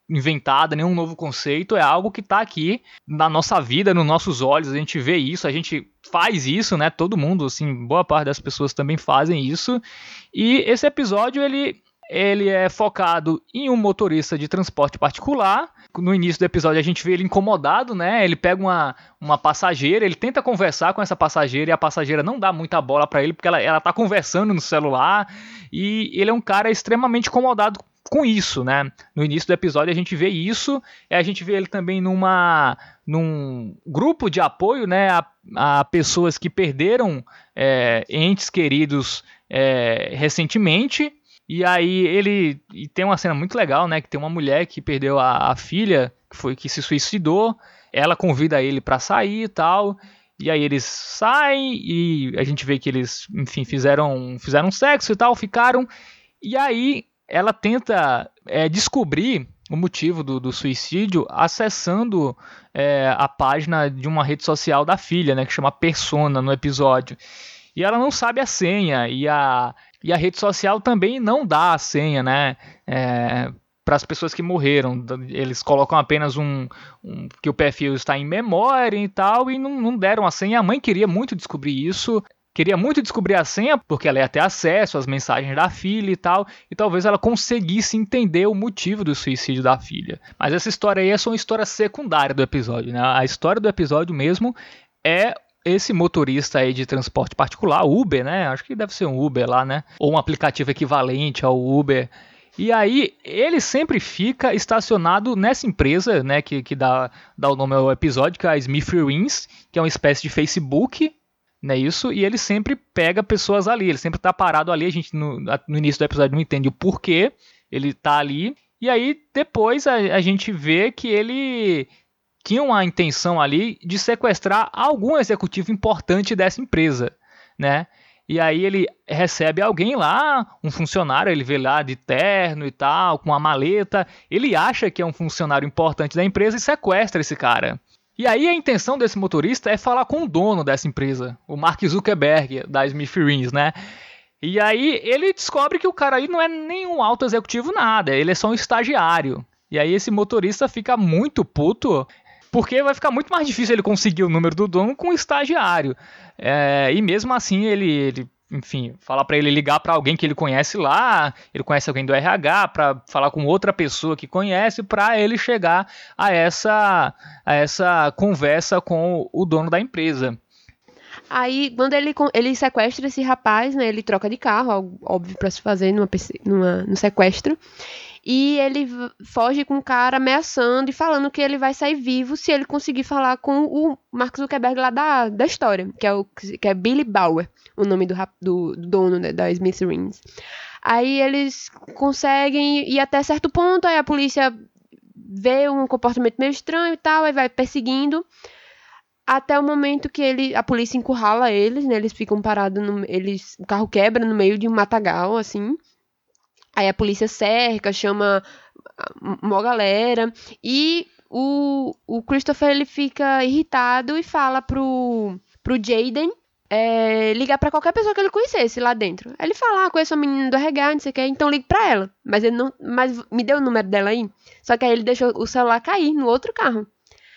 Speaker 1: inventada, nenhum novo conceito, é algo que está aqui na nossa vida, nos nossos olhos, a gente vê isso, a gente faz isso, né? Todo mundo, assim, boa parte das pessoas também fazem isso. E esse episódio, ele, ele é focado em um motorista de transporte particular. No início do episódio a gente vê ele incomodado, né? Ele pega uma, uma passageira, ele tenta conversar com essa passageira e a passageira não dá muita bola para ele porque ela, ela tá conversando no celular, e ele é um cara extremamente incomodado com isso, né? No início do episódio a gente vê isso, e a gente vê ele também numa, num grupo de apoio, né, a, a pessoas que perderam é, entes queridos é, recentemente. E aí ele e tem uma cena muito legal, né, que tem uma mulher que perdeu a, a filha, que foi que se suicidou. Ela convida ele para sair e tal. E aí eles saem e a gente vê que eles, enfim, fizeram fizeram sexo e tal, ficaram. E aí ela tenta é, descobrir o motivo do, do suicídio acessando é, a página de uma rede social da filha, né, que chama Persona no episódio. E ela não sabe a senha, e a, e a rede social também não dá a senha, né, é, para as pessoas que morreram. Eles colocam apenas um, um que o perfil está em memória e tal, e não, não deram a senha. A mãe queria muito descobrir isso, queria muito descobrir a senha, porque ela ia ter acesso às mensagens da filha e tal, e talvez ela conseguisse entender o motivo do suicídio da filha. Mas essa história aí é só uma história secundária do episódio, né? A história do episódio mesmo é esse motorista aí de transporte particular, Uber, né? Acho que deve ser um Uber lá, né? Ou um aplicativo equivalente ao Uber. E aí ele sempre fica estacionado nessa empresa, né? Que, que dá, dá o nome ao episódio, que é a SmithRings, que é uma espécie de Facebook, né, isso, e ele sempre pega pessoas ali, ele sempre tá parado ali, a gente no, no início do episódio não entende o porquê ele tá ali, e aí depois a, a gente vê que ele tinha uma intenção ali de sequestrar algum executivo importante dessa empresa, né, e aí ele recebe alguém lá, um funcionário, ele vê lá de terno e tal, com uma maleta, ele acha que é um funcionário importante da empresa e sequestra esse cara. E aí a intenção desse motorista é falar com o dono dessa empresa, o Mark Zuckerberg, da SmithRings, né? E aí ele descobre que o cara aí não é nenhum alto executivo nada, ele é só um estagiário. E aí esse motorista fica muito puto, porque vai ficar muito mais difícil ele conseguir o número do dono com um estagiário. É, e mesmo assim ele... ele enfim, falar para ele ligar para alguém que ele conhece lá, ele conhece alguém do R H, para falar com outra pessoa que conhece, para ele chegar a essa, a essa conversa com o dono da empresa.
Speaker 2: Aí, quando ele, ele sequestra esse rapaz, né, ele troca de carro, óbvio para se fazer numa, numa, no sequestro, e ele foge com o cara ameaçando e falando que ele vai sair vivo se ele conseguir falar com o Mark Zuckerberg lá da, da história, que é, o, que é Billy Bauer, o nome do, do, do dono, né, da SmithRings. Aí eles conseguem ir até certo ponto, aí a polícia vê um comportamento meio estranho e tal, aí vai perseguindo, até o momento que ele, a polícia encurrala eles, né, eles ficam parados, no, eles, o carro quebra no meio de um matagal, assim. Aí a polícia cerca, chama uma galera, e o, o Christopher ele fica irritado e fala pro, pro Jaden é, ligar pra qualquer pessoa que ele conhecesse lá dentro. Aí ele fala, ah, conheço uma menina do R H, não sei o que, então ligue pra ela. Mas ele não, mas me deu o número dela aí. Só que aí ele deixou o celular cair no outro carro.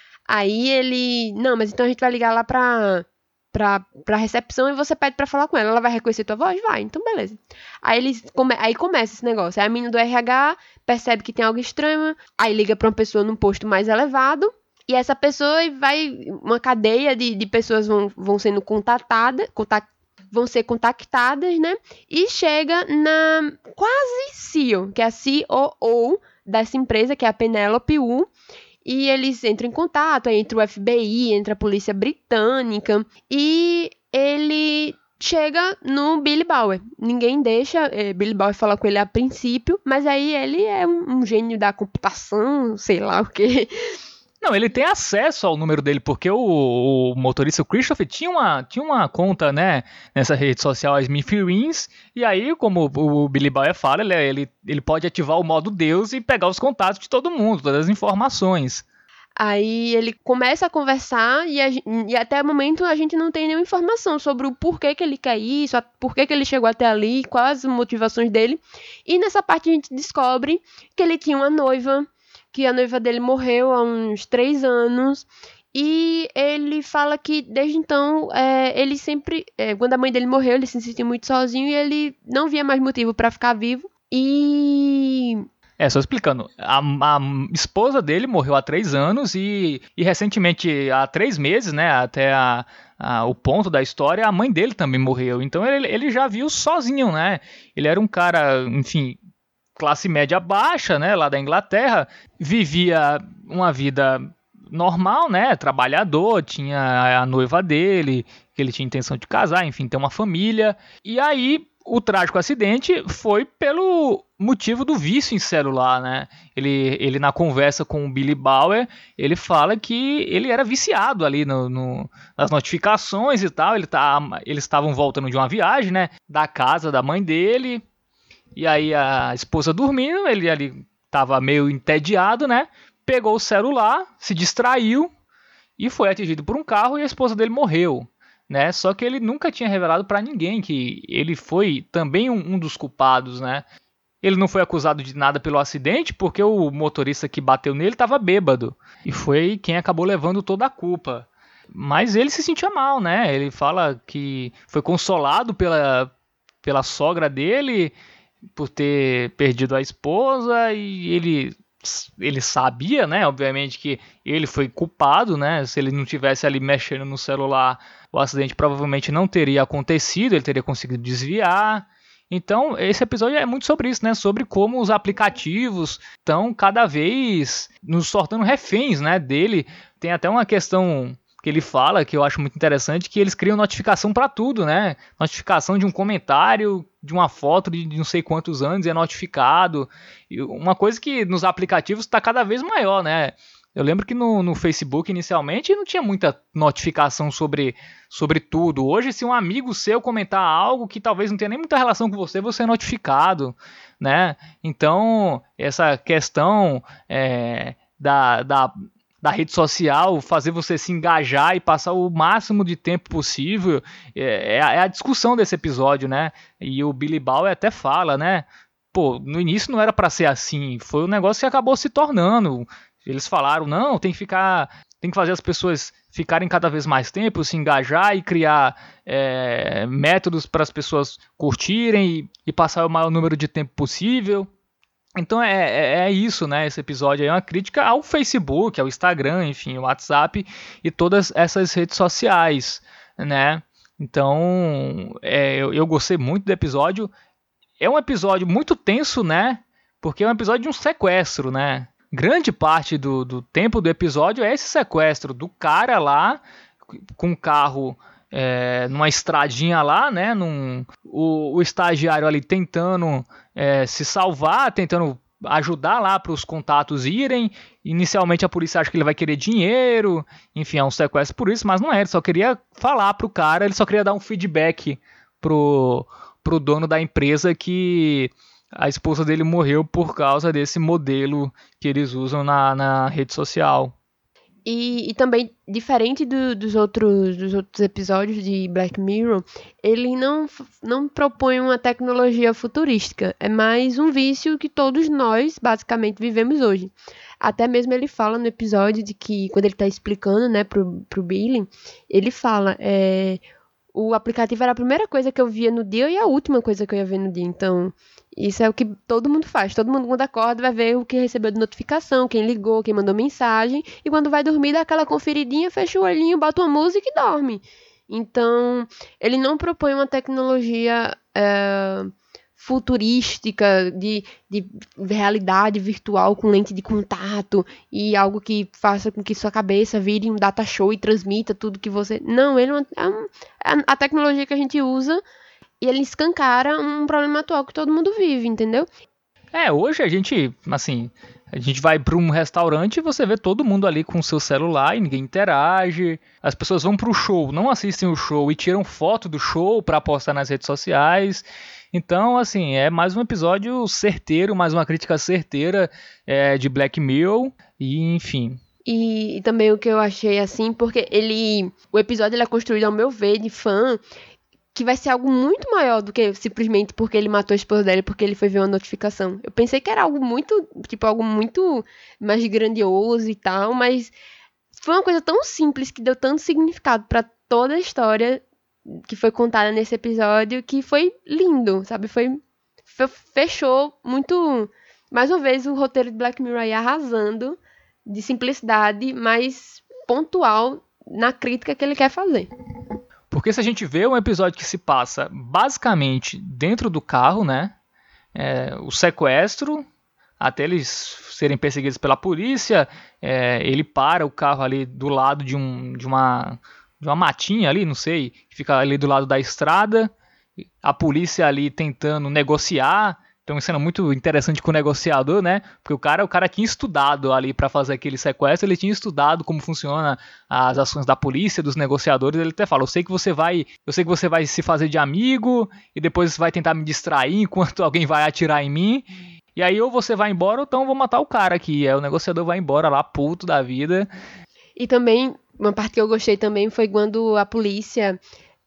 Speaker 2: Aí ele, não, mas então a gente vai ligar lá pra... Pra, pra recepção e você pede pra falar com ela. Ela vai reconhecer tua voz? Vai, então beleza. Aí, eles come, aí começa esse negócio. Aí a menina do R H percebe que tem algo estranho, aí liga pra uma pessoa num posto mais elevado, e essa pessoa vai... Uma cadeia de, de pessoas vão, vão sendo contatadas, contact, vão ser contactadas, né? E chega na quase C E O, que é a C O O dessa empresa, que é a Penelope Wu. E eles entram em contato, aí entra o F B I, entra a polícia britânica, e ele chega no Billy Bauer. Ninguém deixa é, Billy Bauer falar com ele a princípio, mas aí ele é um, um gênio da computação, sei lá o quê.
Speaker 1: Não, ele tem acesso ao número dele, porque o, o motorista, o Christopher, tinha uma, tinha uma conta, né, nessa rede social, a SmithRings, e aí, como o, o Billy Bauer fala, ele, ele, ele pode ativar o modo Deus e pegar os contatos de todo mundo, todas as informações.
Speaker 2: Aí ele começa a conversar e, a, e até o momento a gente não tem nenhuma informação sobre o porquê que ele quer isso, a, porquê que ele chegou até ali, quais as motivações dele. E nessa parte a gente descobre que ele tinha uma noiva que a noiva dele morreu há uns três anos. E ele fala que desde então, é, ele sempre, é, quando a mãe dele morreu, ele se sentiu muito sozinho e ele não via mais motivo pra ficar vivo. E...
Speaker 1: É, só explicando, a, a esposa dele morreu há três anos e, e recentemente, há três meses, né, até a, a, o ponto da história, a mãe dele também morreu. Então ele, ele já viu sozinho, né? Ele era um cara, enfim, classe média baixa, né, lá da Inglaterra, vivia uma vida normal, né, trabalhador, tinha a noiva dele, que ele tinha intenção de casar, enfim, ter uma família. E aí o trágico acidente foi pelo motivo do vício em celular, né? Ele, ele na conversa com o Billy Bauer, ele fala que ele era viciado ali no, no, nas notificações e tal. Ele tá, eles estavam voltando de uma viagem, né? Da casa da mãe dele. E aí a esposa dormindo, ele ali tava meio entediado, né? Pegou o celular, se distraiu e foi atingido por um carro e a esposa dele morreu. Né? Só que ele nunca tinha revelado para ninguém que ele foi também um, um dos culpados, né? Ele não foi acusado de nada pelo acidente porque o motorista que bateu nele estava bêbado e foi quem acabou levando toda a culpa. Mas ele se sentia mal, né? Ele fala que foi consolado pela, pela sogra dele por ter perdido a esposa e ele ele sabia, né, obviamente que ele foi culpado, né, se ele não tivesse ali mexendo no celular, o acidente provavelmente não teria acontecido, ele teria conseguido desviar. Então, esse episódio é muito sobre isso, né, sobre como os aplicativos estão cada vez nos tornando reféns, né, dele. Tem até uma questão que ele fala, que eu acho muito interessante, que eles criam notificação para tudo, né? Notificação de um comentário, de uma foto de não sei quantos anos é notificado. E uma coisa que nos aplicativos está cada vez maior, né? Eu lembro que no, no Facebook, inicialmente, não tinha muita notificação sobre, sobre tudo. Hoje, se um amigo seu comentar algo que talvez não tenha nem muita relação com você, você é notificado, né? Então, essa questão é, da... da da rede social, fazer você se engajar e passar o máximo de tempo possível, é, é a discussão desse episódio, né? E o Billy Bauer até fala, né? Pô, no início não era para ser assim, foi um negócio que acabou se tornando. Eles falaram, não, tem que ficar, tem que fazer as pessoas ficarem cada vez mais tempo, se engajar e criar é, métodos para as pessoas curtirem e, e passar o maior número de tempo possível. Então é, é, é isso, né? Esse episódio é uma crítica ao Facebook, ao Instagram, enfim, ao WhatsApp e todas essas redes sociais, né? Então é, eu, eu gostei muito do episódio. É um episódio muito tenso, né? Porque é um episódio de um sequestro, né? Grande parte do, do tempo do episódio é esse sequestro do cara lá com o carro é, numa estradinha lá, né? Num, o, o estagiário ali tentando é, se salvar, tentando ajudar lá para os contatos irem. Inicialmente a polícia acha que ele vai querer dinheiro, enfim, é um sequestro por isso, mas não é. Ele só queria falar pro cara, ele só queria dar um feedback pro, pro dono da empresa que a esposa dele morreu por causa desse modelo que eles usam na, na rede social.
Speaker 2: E, e também, diferente do, dos, outros, dos outros episódios de Black Mirror, ele não, não propõe uma tecnologia futurística. É mais um vício que todos nós, basicamente, vivemos hoje. Até mesmo ele fala no episódio de que, quando ele está explicando, né, pro, pro Billy, ele fala, é, o aplicativo era a primeira coisa que eu via no dia e a última coisa que eu ia ver no dia. Então, isso é o que todo mundo faz. Todo mundo, quando acorda, vai ver o que recebeu de notificação, quem ligou, quem mandou mensagem. E quando vai dormir, dá aquela conferidinha, fecha o olhinho, bota uma música e dorme. Então, ele não propõe uma tecnologia é, futurística, de, de realidade virtual com lente de contato e algo que faça com que sua cabeça vire um data show e transmita tudo que você... Não, ele é, um, é a tecnologia que a gente usa e ele escancara um problema atual que todo mundo vive, entendeu?
Speaker 1: É, hoje a gente, assim, a gente vai para um restaurante e você vê todo mundo ali com o seu celular e ninguém interage. As pessoas vão pro show, não assistem o show e tiram foto do show para postar nas redes sociais. Então, assim, é mais um episódio certeiro, mais uma crítica certeira é, de Black Mirror e, enfim...
Speaker 2: E, e também o que eu achei, assim, porque ele... O episódio ele é construído, ao meu ver, de fã... que vai ser algo muito maior do que simplesmente porque ele matou a esposa dela, porque ele foi ver uma notificação. Eu pensei que era algo muito, tipo, algo muito mais grandioso e tal, mas foi uma coisa tão simples que deu tanto significado pra toda a história que foi contada nesse episódio, que foi lindo, sabe? Foi, foi fechou muito, mais uma vez, o roteiro de Black Mirror aí arrasando, de simplicidade, mas pontual na crítica que ele quer fazer.
Speaker 1: Porque se a gente vê um episódio que se passa basicamente dentro do carro, né? É, o sequestro, até eles serem perseguidos pela polícia, é, ele para o carro ali do lado de, um, de, uma, de uma matinha ali, não sei, que fica ali do lado da estrada, a polícia ali tentando negociar. Então uma cena muito interessante com o negociador, né? Porque o cara, o cara tinha estudado ali para fazer aquele sequestro, ele tinha estudado como funciona as ações da polícia, dos negociadores. Ele até fala: eu sei que você vai, eu sei que você vai se fazer de amigo e depois vai tentar me distrair enquanto alguém vai atirar em mim. E aí ou você vai embora ou então eu vou matar o cara aqui. E aí o negociador vai embora lá, puto da vida.
Speaker 2: E também, uma parte que eu gostei também foi quando a polícia,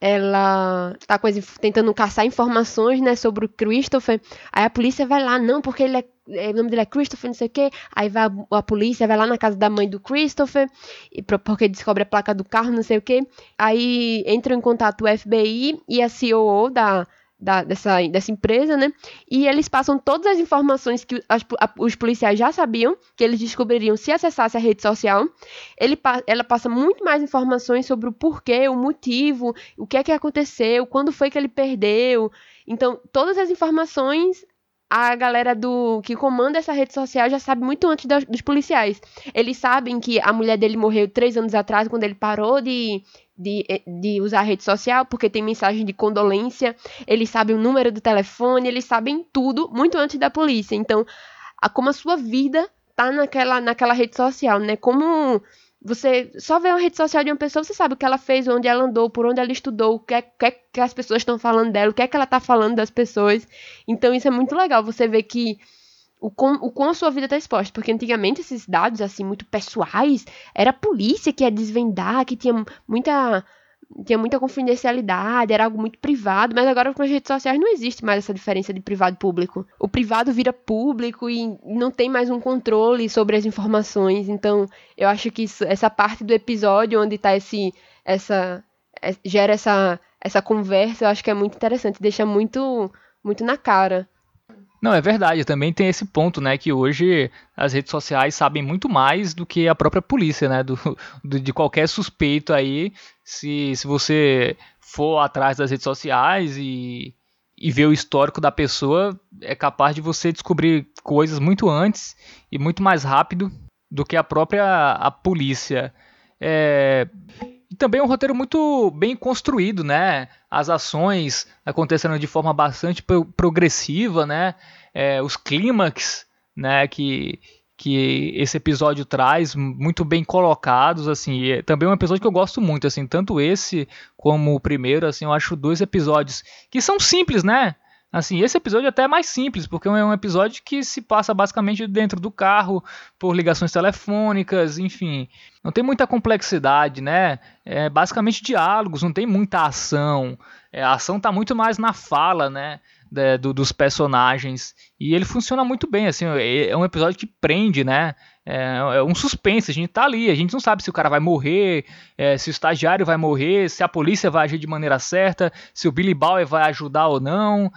Speaker 2: ela tá com as, tentando caçar informações, né, sobre o Christopher. Aí a polícia vai lá, não, porque ele é, o nome dele é Christopher, não sei o quê. Aí vai a, a polícia vai lá na casa da mãe do Christopher, e, porque descobre a placa do carro, não sei o quê. Aí entram em contato o F B I e a C O O da, da, dessa, dessa empresa, né? E eles passam todas as informações que as, a, os policiais já sabiam, que eles descobririam se acessasse a rede social. Ele, ela passa muito mais informações sobre o porquê, o motivo, o que é que aconteceu, quando foi que ele perdeu. Então, todas as informações a galera do que comanda essa rede social já sabe muito antes dos, dos policiais. Eles sabem que a mulher dele morreu três anos atrás, quando ele parou de, de, de usar a rede social, porque tem mensagem de condolência. Eles sabem o número do telefone, eles sabem tudo muito antes da polícia. Então, a, como a sua vida tá naquela, naquela rede social, né? Como você só vê uma rede social de uma pessoa, você sabe o que ela fez, onde ela andou, por onde ela estudou, o que é que, é que as pessoas estão falando dela, o que é que ela está falando das pessoas. Então isso é muito legal, você vê que o quão, o quão a sua vida está exposta, porque antigamente esses dados assim muito pessoais, era a polícia que ia desvendar, que tinha muita... tinha muita confidencialidade, era algo muito privado, mas agora com as redes sociais não existe mais essa diferença de privado e público. O privado vira público e não tem mais um controle sobre as informações, então eu acho que isso, essa parte do episódio onde tá esse, essa, é, gera essa, essa conversa, eu acho que é muito interessante, deixa muito, muito na cara.
Speaker 1: Não, é verdade, também tem esse ponto, né, que hoje as redes sociais sabem muito mais do que a própria polícia, né, do, do, de qualquer suspeito aí, se, se você for atrás das redes sociais e, e ver o histórico da pessoa, é capaz de você descobrir coisas muito antes e muito mais rápido do que a própria a polícia. É... E também um roteiro muito bem construído, né? As ações acontecendo de forma bastante progressiva, né? É, os clímax, né? Que, que esse episódio traz, muito bem colocados, assim. É também um episódio que eu gosto muito, assim. Tanto esse como o primeiro, assim. Eu acho dois episódios que são simples, né? Assim, esse episódio até é mais simples, porque é um episódio que se passa basicamente dentro do carro, por ligações telefônicas, enfim. Não tem muita complexidade, né? É basicamente diálogos, não tem muita ação. É, a ação está muito mais na fala, né? De, do, dos personagens. E ele funciona muito bem, assim. É um episódio que prende, né? É, é um suspense, a gente tá ali, a gente não sabe se o cara vai morrer, é, se o estagiário vai morrer, se a polícia vai agir de maneira certa, se o Billy Bauer vai ajudar ou não.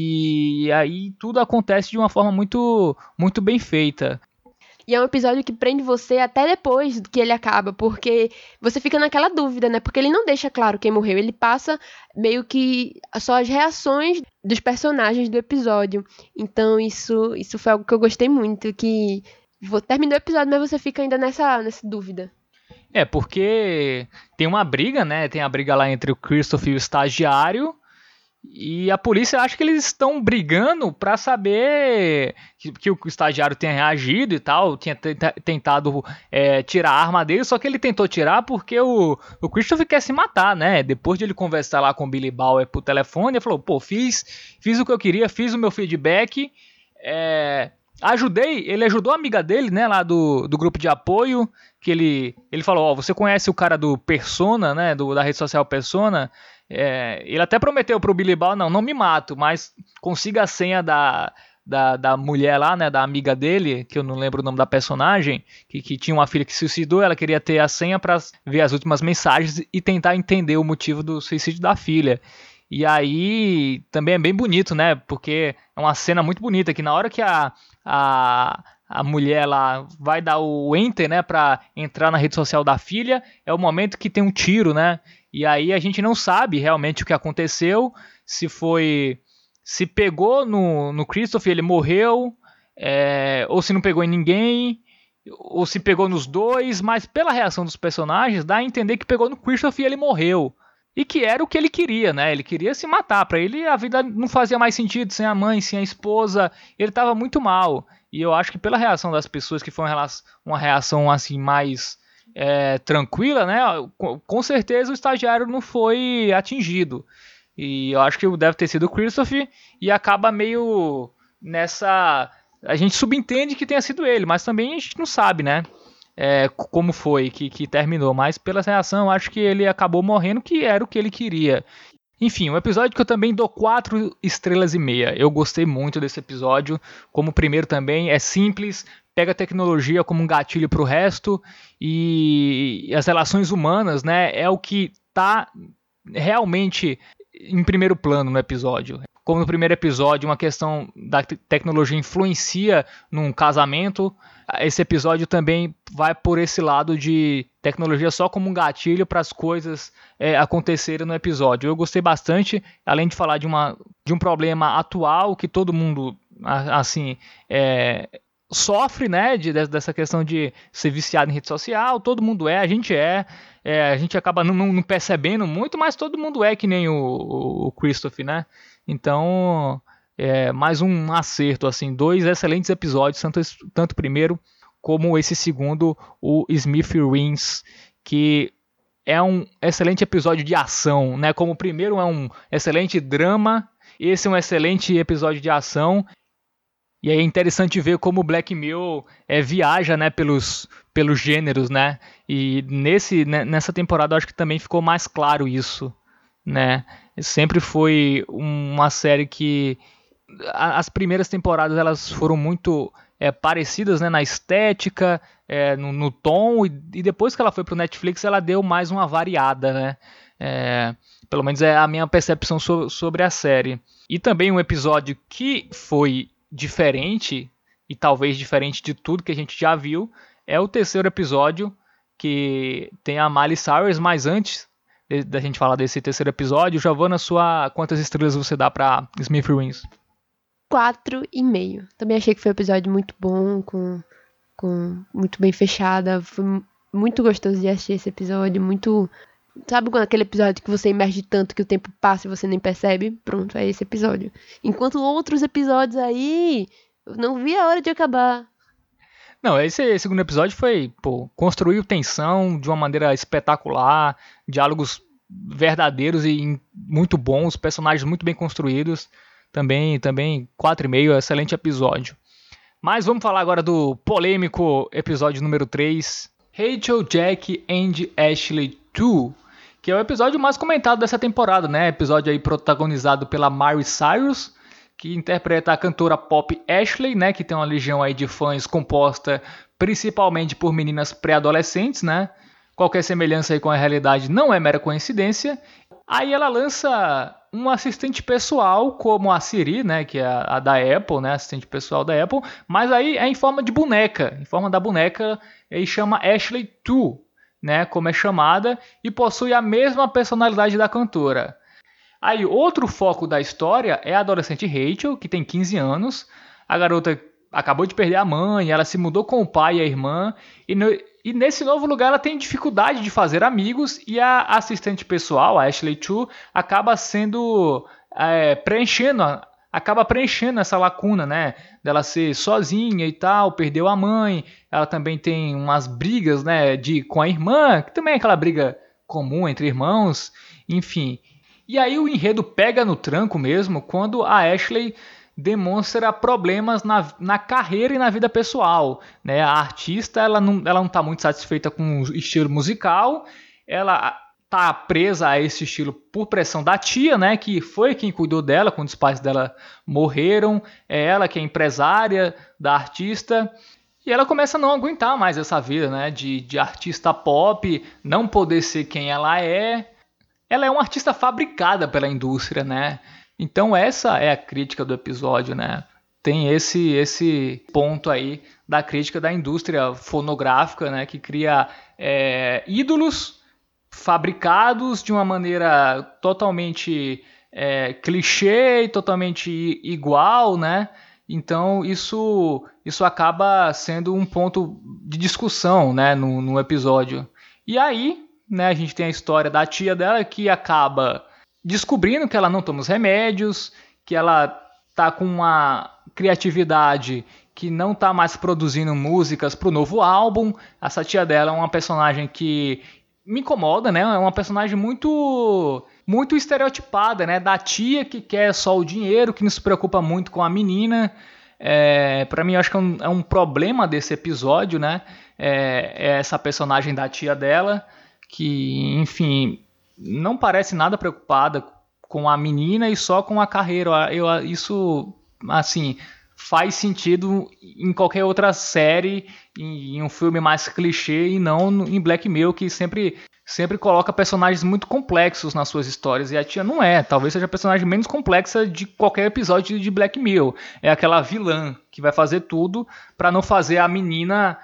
Speaker 1: E aí tudo acontece de uma forma muito, muito bem feita.
Speaker 2: E é um episódio que prende você até depois que ele acaba, porque você fica naquela dúvida, né? Porque ele não deixa claro quem morreu, ele passa meio que só as reações dos personagens do episódio. Então isso, isso foi algo que eu gostei muito, que terminou o episódio, mas você fica ainda nessa, nessa dúvida.
Speaker 1: É, porque tem uma briga, né? Tem a briga lá entre o Christopher e o estagiário. E a polícia acha que eles estão brigando para saber que, que o estagiário tenha reagido e tal, tinha tentado é, tirar a arma dele, só que ele tentou tirar porque o, o Christopher quer se matar, né? Depois de ele conversar lá com o Billy Bauer por telefone, ele falou, pô, fiz, fiz o que eu queria, fiz o meu feedback, é, Ajudei, ele ajudou a amiga dele, né, lá do, do grupo de apoio, que ele, ele falou, ó, você conhece o cara do Persona, né, do, da rede social Persona? É, ele até prometeu pro Billy Ball, não, não me mato, mas consiga a senha da, da, da mulher lá, né, da amiga dele, que eu não lembro o nome da personagem, que, que tinha uma filha que se suicidou, ela queria ter a senha para ver as últimas mensagens e tentar entender o motivo do suicídio da filha. E aí também é bem bonito, né? Porque é uma cena muito bonita, que na hora que a, a, a mulher lá vai dar o enter, né, pra entrar na rede social da filha, é o momento que tem um tiro, né? E aí a gente não sabe realmente o que aconteceu, se foi... se pegou no, no Christopher, ele morreu, é, ou se não pegou em ninguém, ou se pegou nos dois, mas pela reação dos personagens dá a entender que pegou no Christopher e ele morreu. E que era o que ele queria, né? Ele queria se matar. Para ele a vida não fazia mais sentido sem a mãe, sem a esposa. Ele estava muito mal. E eu acho que pela reação das pessoas, que foi uma reação, uma reação assim mais é, tranquila, né? Com, com certeza o estagiário não foi atingido. E eu acho que deve ter sido o Christopher. E acaba meio nessa... A gente subentende que tenha sido ele, mas também a gente não sabe, né? É, como foi que, que terminou, mas pela reação acho que ele acabou morrendo, que era o que ele queria. Enfim, um episódio que eu também dou quatro estrelas e meia. Eu gostei muito desse episódio, como o primeiro também, é simples, pega a tecnologia como um gatilho para o resto, e as relações humanas, né, é o que está realmente em primeiro plano no episódio. Como no primeiro episódio, uma questão da tecnologia influencia num casamento, esse episódio também vai por esse lado de tecnologia só como um gatilho para as coisas é, acontecerem no episódio. Eu gostei bastante, além de falar de, uma, de um problema atual que todo mundo assim é, sofre, né, de, dessa questão de ser viciado em rede social. Todo mundo é, a gente é, é a gente acaba não, não percebendo muito, mas todo mundo é, que nem o, o, o Christopher, né? Então, é, mais um acerto, assim, dois excelentes episódios, tanto, tanto o primeiro como esse segundo, o Smith Wins, que é um excelente episódio de ação, né? Como o primeiro é um excelente drama, esse é um excelente episódio de ação. E é interessante ver como o Black Mirror é, viaja, né, pelos, pelos gêneros, né? E nesse, né, nessa temporada eu acho que também ficou mais claro isso, né? Sempre foi uma série que as primeiras temporadas elas foram muito é, parecidas, né, na estética, é, no, no tom, e, e depois que ela foi para o Netflix ela deu mais uma variada, né? É, pelo menos é a minha percepção so, sobre a série. E também um episódio que foi diferente, e talvez diferente de tudo que a gente já viu, é o terceiro episódio, que tem a Miley Cyrus, mas antes da gente falar desse terceiro episódio, Giovana, sua, quantas estrelas você dá pra Smith Wins?
Speaker 2: Quatro e meio. Também achei que foi um episódio muito bom, com, com muito bem fechada. Foi muito gostoso de assistir esse episódio, muito... Sabe quando aquele episódio que você emerge tanto que o tempo passa e você nem percebe? Pronto, é esse episódio. Enquanto outros episódios aí, eu não vi a hora de acabar.
Speaker 1: Não, esse segundo episódio foi, pô, construiu tensão de uma maneira espetacular, diálogos verdadeiros e muito bons, personagens muito bem construídos, também, também quatro e meio, excelente episódio. Mas vamos falar agora do polêmico episódio número três, Rachel, Jack and Ashley dois, que é o episódio mais comentado dessa temporada, né? Episódio aí protagonizado pela Miley Cyrus, que interpreta a cantora pop Ashley, né, que tem uma legião aí de fãs composta principalmente por meninas pré-adolescentes, né? Qualquer semelhança aí com a realidade não é mera coincidência. Aí ela lança um assistente pessoal como a Siri, né, que é a da Apple, né, assistente pessoal da Apple, mas aí é em forma de boneca, em forma da boneca, e chama Ashley dois, né, como é chamada, e possui a mesma personalidade da cantora. Aí, outro foco da história é a adolescente Rachel, que tem quinze anos. A garota acabou de perder a mãe, ela se mudou com o pai e a irmã. E, no, e nesse novo lugar ela tem dificuldade de fazer amigos. E a assistente pessoal, a Ashley dois, acaba sendo é, preenchendo, acaba preenchendo essa lacuna, né? Dela ser sozinha e tal, perdeu a mãe. Ela também tem umas brigas, né, de, com a irmã, que também é aquela briga comum entre irmãos. Enfim... E aí o enredo pega no tranco mesmo quando a Ashley demonstra problemas na, na carreira e na vida pessoal, né? A artista ela não ela não está muito satisfeita com o estilo musical, ela tá presa a esse estilo por pressão da tia, né? Que foi quem cuidou dela quando os pais dela morreram, é ela que é empresária da artista. E ela começa a não aguentar mais essa vida, né? De, de artista pop, não poder ser quem ela é. Ela é uma artista fabricada pela indústria, né? Então essa é a crítica do episódio, né? Tem esse esse ponto aí da crítica da indústria fonográfica, né? Que cria é, ídolos fabricados de uma maneira totalmente é, clichê e totalmente igual, né? Então isso, isso acaba sendo um ponto de discussão, né? no, no episódio. E aí, né, a gente tem a história da tia dela que acaba descobrindo que ela não toma os remédios, que ela tá com uma criatividade que não tá mais produzindo músicas pro novo álbum. Essa tia dela é uma personagem que me incomoda, né? É uma personagem muito muito estereotipada, né? Da tia que quer só o dinheiro, que não se preocupa muito com a menina. É, para mim, eu acho que é um, é um problema desse episódio, né? É, é essa personagem da tia dela, que, enfim, não parece nada preocupada com a menina e só com a carreira. Eu, isso, assim, faz sentido em qualquer outra série, em, em um filme mais clichê e não em Black Mirror, que sempre, sempre coloca personagens muito complexos nas suas histórias. E a tia não é. Talvez seja a personagem menos complexa de qualquer episódio de Black Mirror. É aquela vilã que vai fazer tudo para não fazer a menina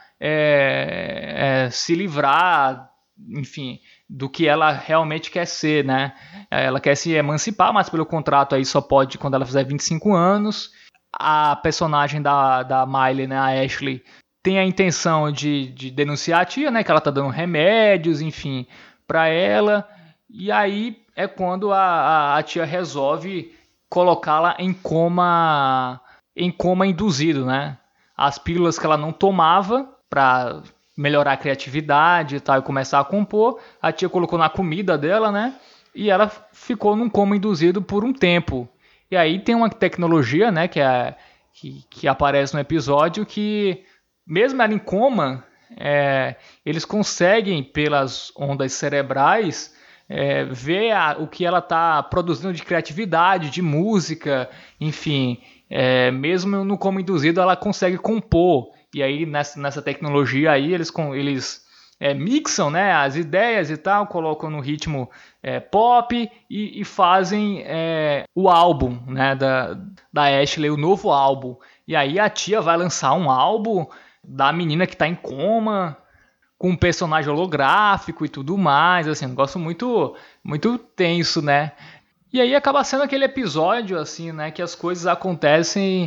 Speaker 1: é, é, se livrar, enfim, do que ela realmente quer ser, né? Ela quer se emancipar, mas pelo contrato aí só pode quando ela fizer vinte e cinco anos. A personagem da, da Miley, né, a Ashley, tem a intenção de, de denunciar a tia, né, que ela tá dando remédios, enfim, para ela. E aí é quando a, a, a tia resolve colocá-la em coma, em coma induzido, né? As pílulas que ela não tomava para melhorar a criatividade e tal, e começar a compor, a tia colocou na comida dela, né? E ela ficou num coma induzido por um tempo. E aí tem uma tecnologia, né, que, é, que, que aparece no episódio, que mesmo ela em coma, é, eles conseguem, pelas ondas cerebrais, é, ver a, o que ela está produzindo de criatividade, de música, enfim. É, mesmo no coma induzido, ela consegue compor. E aí, nessa, nessa tecnologia aí, eles... eles É, mixam, né, as ideias e tal, colocam no ritmo é, pop e, e fazem é, o álbum, né, da, da Ashley, o novo álbum. E aí a tia vai lançar um álbum da menina que está em coma, com um personagem holográfico e tudo mais, assim, um negócio muito, muito tenso, né. E aí acaba sendo aquele episódio, assim, né, que as coisas acontecem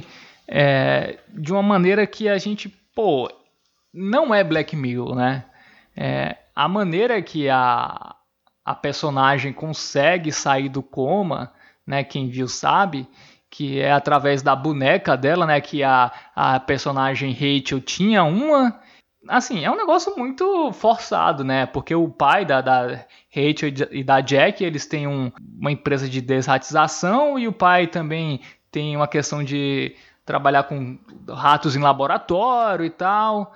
Speaker 1: é, de uma maneira que a gente, pô, não é Black Mirror, né. É, a maneira que a, a personagem consegue sair do coma, né, quem viu sabe, que é através da boneca dela, né, que a, a personagem Rachel tinha uma, assim, é um negócio muito forçado, né, porque o pai da, da Rachel e da Jack, eles têm um, uma empresa de desratização e o pai também tem uma questão de trabalhar com ratos em laboratório e tal.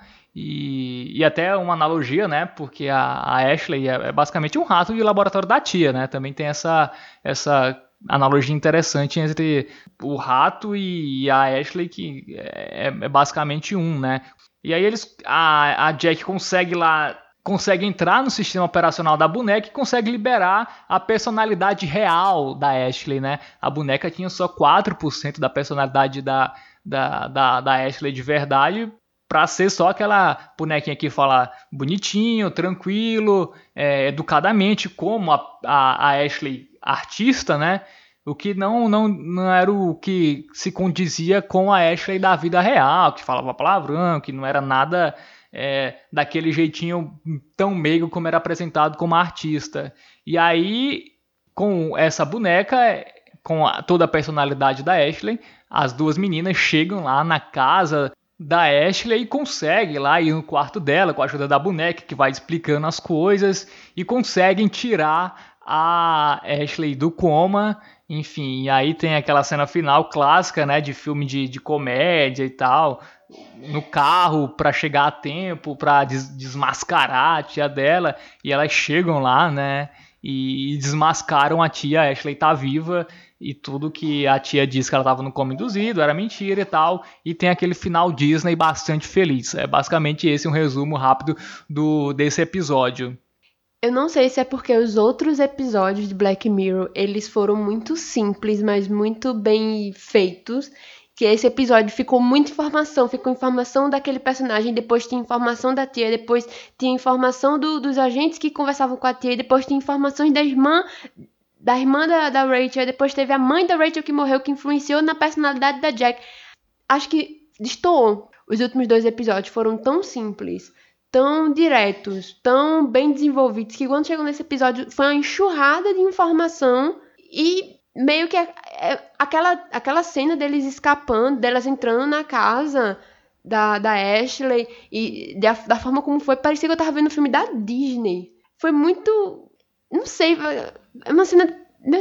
Speaker 1: E, e até uma analogia, né? Porque a, a Ashley é, é basicamente um rato de laboratório da tia, né? Também tem essa, essa analogia interessante entre o rato e a Ashley, que é, é basicamente um, né? E aí eles, a, a Jack consegue lá, consegue entrar no sistema operacional da boneca e consegue liberar a personalidade real da Ashley, né? A boneca tinha só quatro por cento da personalidade da, da, da, da Ashley de verdade, para ser só aquela bonequinha que fala bonitinho, tranquilo, é, educadamente, como a, a, a Ashley artista, né? O que não, não, não era o que se condizia com a Ashley da vida real, que falava palavrão, que não era nada é, daquele jeitinho tão meigo como era apresentado como artista. E aí, com essa boneca, com a, toda a personalidade da Ashley, as duas meninas chegam lá na casa da Ashley e consegue lá ir no quarto dela com a ajuda da boneca que vai explicando as coisas e conseguem tirar a Ashley do coma. Enfim, e aí tem aquela cena final clássica, né, de filme de, de comédia e tal, no carro para chegar a tempo, para des- desmascarar a tia dela, e elas chegam lá, né, e desmascaram a tia, a Ashley tá viva, e tudo que a tia disse que ela tava no coma induzido era mentira e tal, e tem aquele final Disney bastante feliz. É basicamente esse um resumo rápido do, desse episódio.
Speaker 2: Eu não sei se é porque os outros episódios de Black Mirror, eles foram muito simples, mas muito bem feitos, que esse episódio ficou muita informação, ficou informação daquele personagem, depois tinha informação da tia, depois tinha informação do, dos agentes que conversavam com a tia, depois tinha informações da irmã, da irmã da, da Rachel, depois teve a mãe da Rachel que morreu, que influenciou na personalidade da Jack. Acho que destoou. Os últimos dois episódios foram tão simples, tão diretos, tão bem desenvolvidos, que quando chegou nesse episódio foi uma enxurrada de informação e meio que é, é, aquela, aquela cena deles escapando, delas entrando na casa da, da Ashley e da, da forma como foi, parecia que eu tava vendo um filme da Disney. Foi muito... Não sei, é uma cena...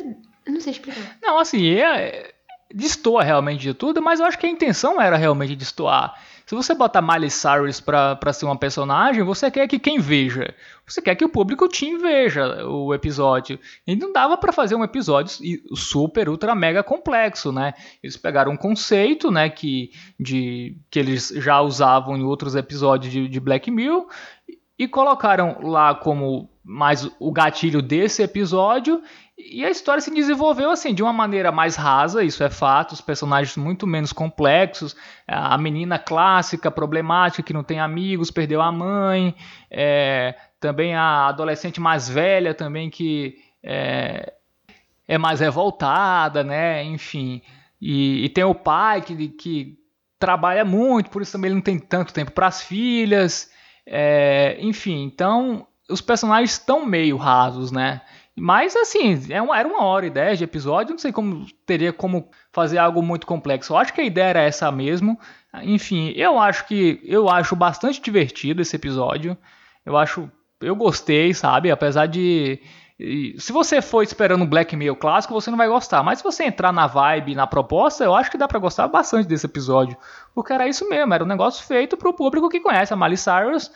Speaker 2: Eu não sei explicar.
Speaker 1: Não, assim, é, destoa realmente de tudo, mas eu acho que a intenção era realmente destoar. Se você botar Miley Cyrus pra, pra ser uma personagem, você quer que quem veja? Você quer que o público teen veja o episódio. E não dava pra fazer um episódio super, ultra, mega complexo, né? Eles pegaram um conceito, né, que, de, que eles já usavam em outros episódios de, de Black Mirror e colocaram lá como mais o gatilho desse episódio. E a história se desenvolveu assim, de uma maneira mais rasa, isso é fato, os personagens muito menos complexos, a menina clássica, problemática, que não tem amigos, perdeu a mãe, é, também a adolescente mais velha também que é, é mais revoltada, né? Enfim. E, e tem o pai que, que trabalha muito, por isso também ele não tem tanto tempo para as filhas, é, enfim, então os personagens estão meio rasos, né? Mas, assim, é uma, era uma hora e dez de episódio, não sei como teria como fazer algo muito complexo. Eu acho que a ideia era essa mesmo. Enfim, eu acho que eu acho bastante divertido esse episódio. Eu acho, eu gostei, sabe? Apesar de, se você for esperando um Black Mirror clássico, você não vai gostar. Mas se você entrar na vibe, na proposta, eu acho que dá pra gostar bastante desse episódio. Porque era isso mesmo, era um negócio feito pro público que conhece a Miley Cyrus.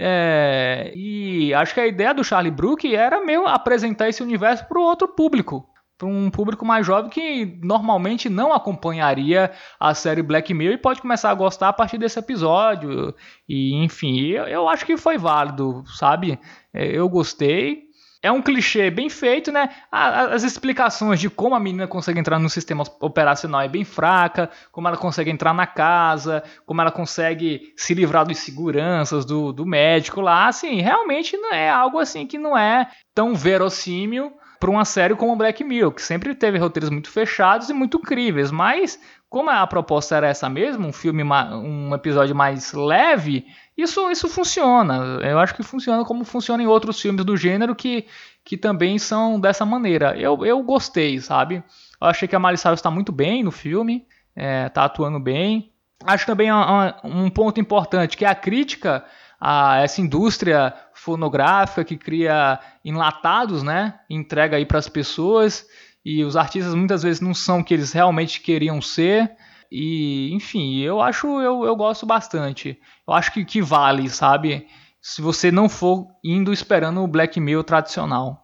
Speaker 1: É, e acho que a ideia do Charlie Brooker era meio apresentar esse universo para o outro público, para um público mais jovem que normalmente não acompanharia a série Black Mirror e pode começar a gostar a partir desse episódio. E enfim, eu, eu acho que foi válido, sabe? É, eu gostei. É um clichê bem feito, né? As explicações de como a menina consegue entrar no sistema operacional é bem fraca, como ela consegue entrar na casa, como ela consegue se livrar dos seguranças, do, do médico lá, assim, realmente não é algo assim que não é tão verossímil para uma série como Black Mirror, que sempre teve roteiros muito fechados e muito críveis, mas como a proposta era essa mesmo, um filme, um episódio mais leve, isso, isso funciona. Eu acho que funciona como funciona em outros filmes do gênero que, que também são dessa maneira. Eu, eu gostei, sabe? Eu achei que a Miley Cyrus está muito bem no filme, é, tá atuando bem. Acho também um, um ponto importante, que é a crítica a essa indústria fonográfica que cria enlatados, né? Entrega aí para as pessoas. E os artistas muitas vezes não são o que eles realmente queriam ser. E, enfim, eu acho, eu, eu gosto bastante. Eu acho que, que vale, sabe? Se você não for indo esperando o Black Mirror tradicional.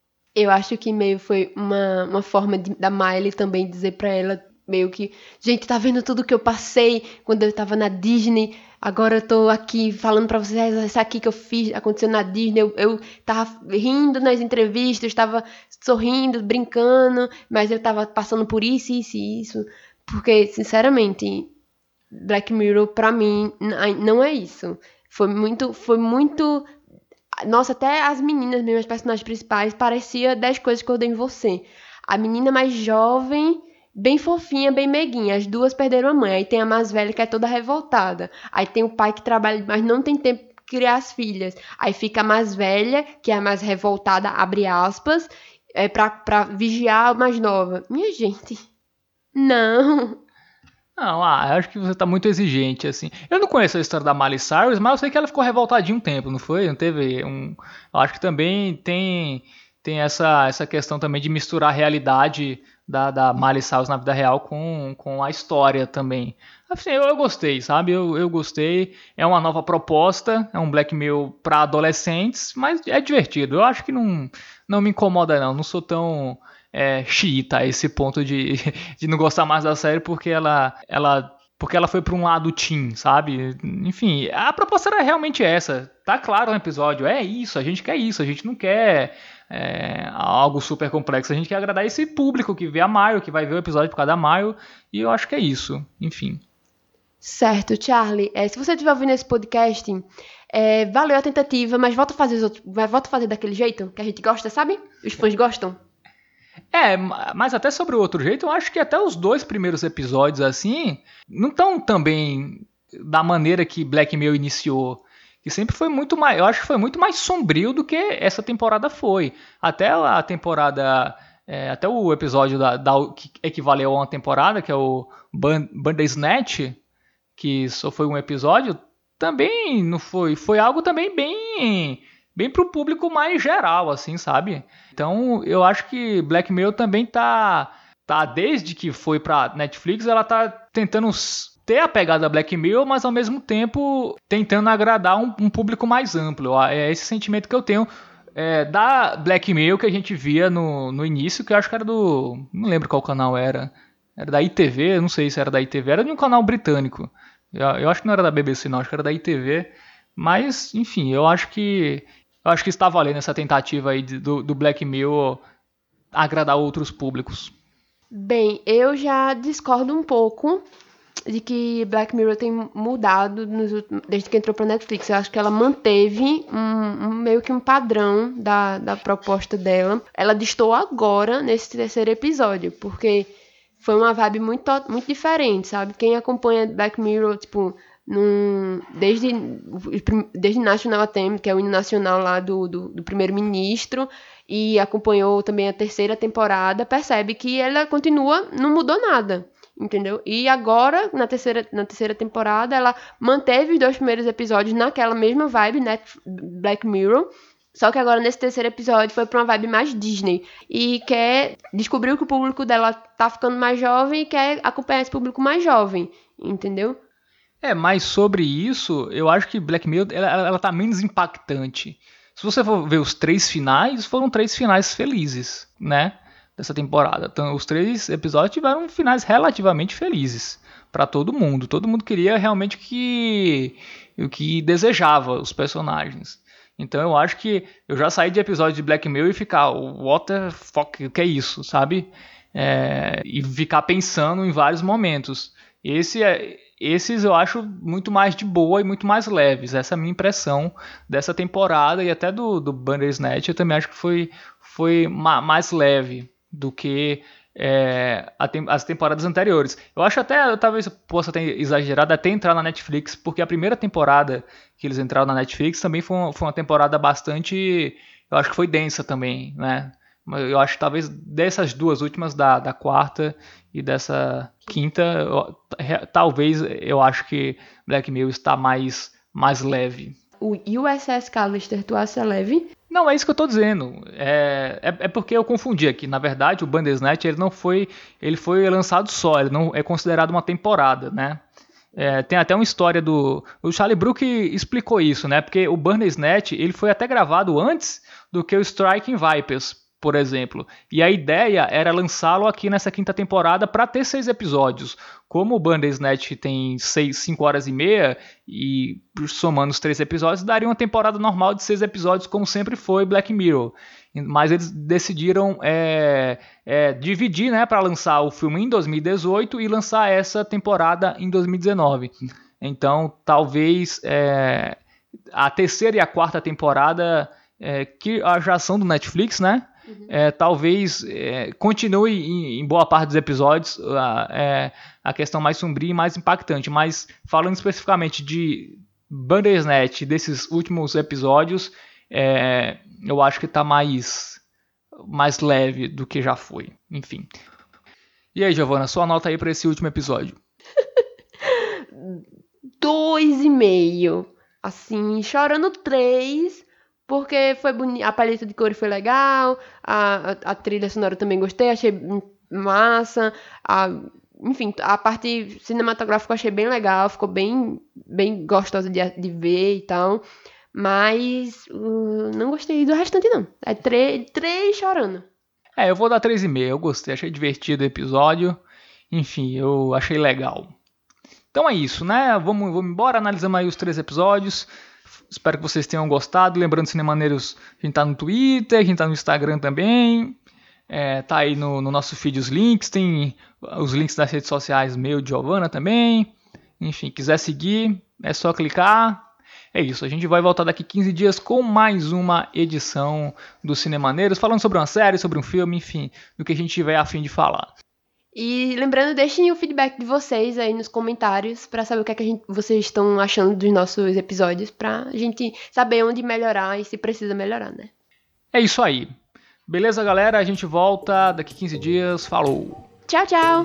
Speaker 2: Eu acho que meio foi uma, uma forma de, da Miley também dizer pra ela, meio que, gente, tá vendo tudo que eu passei quando eu tava na Disney? Agora eu tô aqui falando pra vocês, isso aqui que eu fiz, aconteceu na Disney, eu, eu tava rindo nas entrevistas, tava sorrindo, brincando, mas eu tava passando por isso, isso e isso. Porque, sinceramente, Black Mirror, pra mim, não é isso. Foi muito, foi muito... Nossa, até as meninas mesmo, as personagens principais, parecia dez coisas que eu odeio em você. A menina mais jovem, bem fofinha, bem meiguinha. As duas perderam a mãe. Aí tem a mais velha, que é toda revoltada. Aí tem o pai que trabalha, mas não tem tempo de criar as filhas. Aí fica a mais velha, que é a mais revoltada, abre aspas, é pra, pra vigiar a mais nova. Minha gente... Não.
Speaker 1: Não, ah, eu acho que você tá muito exigente, assim. Eu não conheço a história da Miley Cyrus, mas eu sei que ela ficou revoltadinha um tempo, não foi? Não teve um... Eu acho que também tem, tem essa, essa questão também de misturar a realidade da, da Miley Cyrus na vida real com, com a história também. Assim, eu, eu gostei, sabe? Eu, eu gostei. É uma nova proposta, é um Black Mirror para adolescentes, mas é divertido. Eu acho que não, não me incomoda, não. Não sou tão é, xiita a esse ponto de, de não gostar mais da série porque ela, ela, porque ela foi para um lado teen, sabe? Enfim, a proposta era realmente essa. Tá claro no episódio, é isso, a gente quer isso, a gente não quer é, algo super complexo, a gente quer agradar esse público que vê a Mario, que vai ver o episódio por causa da Mario, e eu acho que é isso, enfim.
Speaker 2: Certo, Charlie. É, se você estiver ouvindo esse podcast, é, valeu a tentativa, mas volta a fazer os outros, volta a fazer daquele jeito que a gente gosta, sabe? Os fãs gostam.
Speaker 1: É, mas até sobre o outro jeito, eu acho que até os dois primeiros episódios, assim, não estão também da maneira que Black Mirror iniciou. Que sempre foi muito mais, eu acho que foi muito mais sombrio do que essa temporada foi. Até a temporada, é, até o episódio da, da, que equivaleu a uma temporada, que é o Bandersnatch, que só foi um episódio, também não foi, foi algo também bem, bem pro público mais geral, assim, sabe? Então, eu acho que Black Mirror também tá, tá desde que foi pra Netflix, ela tá tentando ter a pegada Black Mirror, mas ao mesmo tempo tentando agradar um, um público mais amplo. É esse sentimento que eu tenho é, da Black Mirror que a gente via no, no início, que eu acho que era do... não lembro qual canal era. Era da I T V, não sei se era da I T V, era de um canal britânico. Eu, eu acho que não era da B B C não, acho que era da I T V. Mas, enfim, eu acho que eu acho que está valendo essa tentativa aí de, do, do Black Mirror agradar outros públicos.
Speaker 2: Bem, eu já discordo um pouco de que Black Mirror tem mudado nos últimos, desde que entrou para Netflix. Eu acho que ela manteve um, um, meio que um padrão da, da proposta dela. Ela destoou agora nesse terceiro episódio, porque foi uma vibe muito, muito diferente, sabe? Quem acompanha Black Mirror, tipo, num, desde, desde National Anthem, que é o hino nacional lá do, do, do primeiro-ministro, e acompanhou também a terceira temporada, percebe que ela continua, não mudou nada. Entendeu? E agora, na terceira, na terceira temporada, ela manteve os dois primeiros episódios naquela mesma vibe, né? Black Mirror. Só que agora, nesse terceiro episódio, foi pra uma vibe mais Disney. E quer... descobriu que o público dela tá ficando mais jovem e quer acompanhar esse público mais jovem. Entendeu?
Speaker 1: É, mas sobre isso, eu acho que Black Mirror, ela, ela tá menos impactante. Se você for ver os três finais, foram três finais felizes, né? Dessa temporada. Então, os três episódios tiveram finais relativamente felizes para todo mundo. Todo mundo queria realmente que o que desejava os personagens. Então eu acho que eu já saí de episódio de Black Mirror e ficar what the fuck, o que é isso, sabe? É, e ficar pensando em vários momentos. Esse é, esses eu acho muito mais de boa e muito mais leves. Essa é a minha impressão dessa temporada e até do, do Bandersnatch. Eu também acho que foi, foi ma, mais leve do que é, a tem, as temporadas anteriores. Eu acho até, eu talvez possa ter exagerado até entrar na Netflix, porque a primeira temporada que eles entraram na Netflix também foi uma, foi uma temporada bastante, eu acho que foi densa também, né? Eu acho que talvez dessas duas últimas, da, da quarta e dessa quinta, eu, talvez eu acho que Black Mirror está mais, mais leve.
Speaker 2: O U S S Callister, tu acha leve?
Speaker 1: Não, é isso que eu tô dizendo. É, é, é porque eu confundi aqui. Na verdade, o Bandersnatch ele não foi, ele foi lançado só, ele não é considerado uma temporada, né? É, tem até uma história do... O Charlie Brooker explicou isso, né? Porque o Bandersnatch ele foi até gravado antes do que o Striking Vipers, por exemplo. E a ideia era lançá-lo aqui nessa quinta temporada para ter seis episódios. Como o Bandersnatch tem seis, cinco horas e meia, e somando os três episódios, daria uma temporada normal de seis episódios, como sempre foi Black Mirror. Mas eles decidiram é, é, dividir, né, para lançar o filme em dois mil e dezoito e lançar essa temporada em dois mil e dezenove. Então, talvez é, a terceira e a quarta temporada, é, que já são do Netflix, né? Uhum. É, talvez é, continue em, em boa parte dos episódios a, é, a questão mais sombria e mais impactante, mas falando especificamente de Bandersnatch, desses últimos episódios, é, eu acho que está mais, mais leve do que já foi. Enfim. E aí, Giovana, sua nota aí para esse último episódio?
Speaker 2: Dois e meio. Assim, chorando três, porque foi boni- a paleta de cores foi legal, a, a, a trilha sonora eu também gostei, achei massa, a, enfim, a parte cinematográfica eu achei bem legal, ficou bem, bem gostosa de, de ver e tal, mas uh, não gostei do restante não, é três, três chorando.
Speaker 1: É, eu vou dar três e meio, eu gostei, achei divertido o episódio, enfim, eu achei legal. Então é isso, né? Vamos, vamos embora, analisamos aí os três episódios. Espero que vocês tenham gostado. Lembrando, Cinemaneiros, a gente tá no Twitter, a gente tá no Instagram também. É, tá aí no, no nosso feed os links. Tem os links das redes sociais meu de Giovana também. Enfim, quiser seguir, é só clicar. É isso, a gente vai voltar daqui quinze dias com mais uma edição do Cinemaneiros, falando sobre uma série, sobre um filme, enfim, do que a gente tiver a fim de falar.
Speaker 2: E lembrando, deixem o feedback de vocês aí nos comentários pra saber o que, é que a gente, vocês estão achando dos nossos episódios, pra gente saber onde melhorar e se precisa melhorar, né?
Speaker 1: É isso aí. Beleza, galera? A gente volta daqui quinze dias. Falou!
Speaker 2: Tchau, tchau!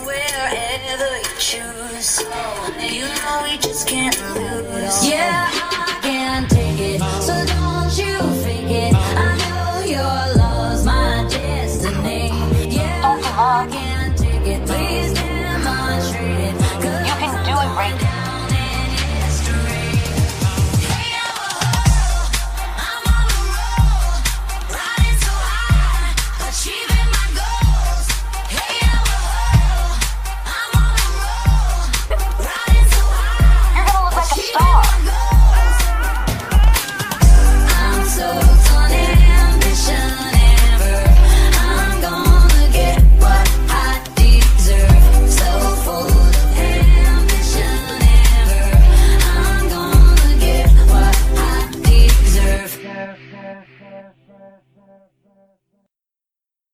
Speaker 3: Choose. You know we just can't lose. Yeah.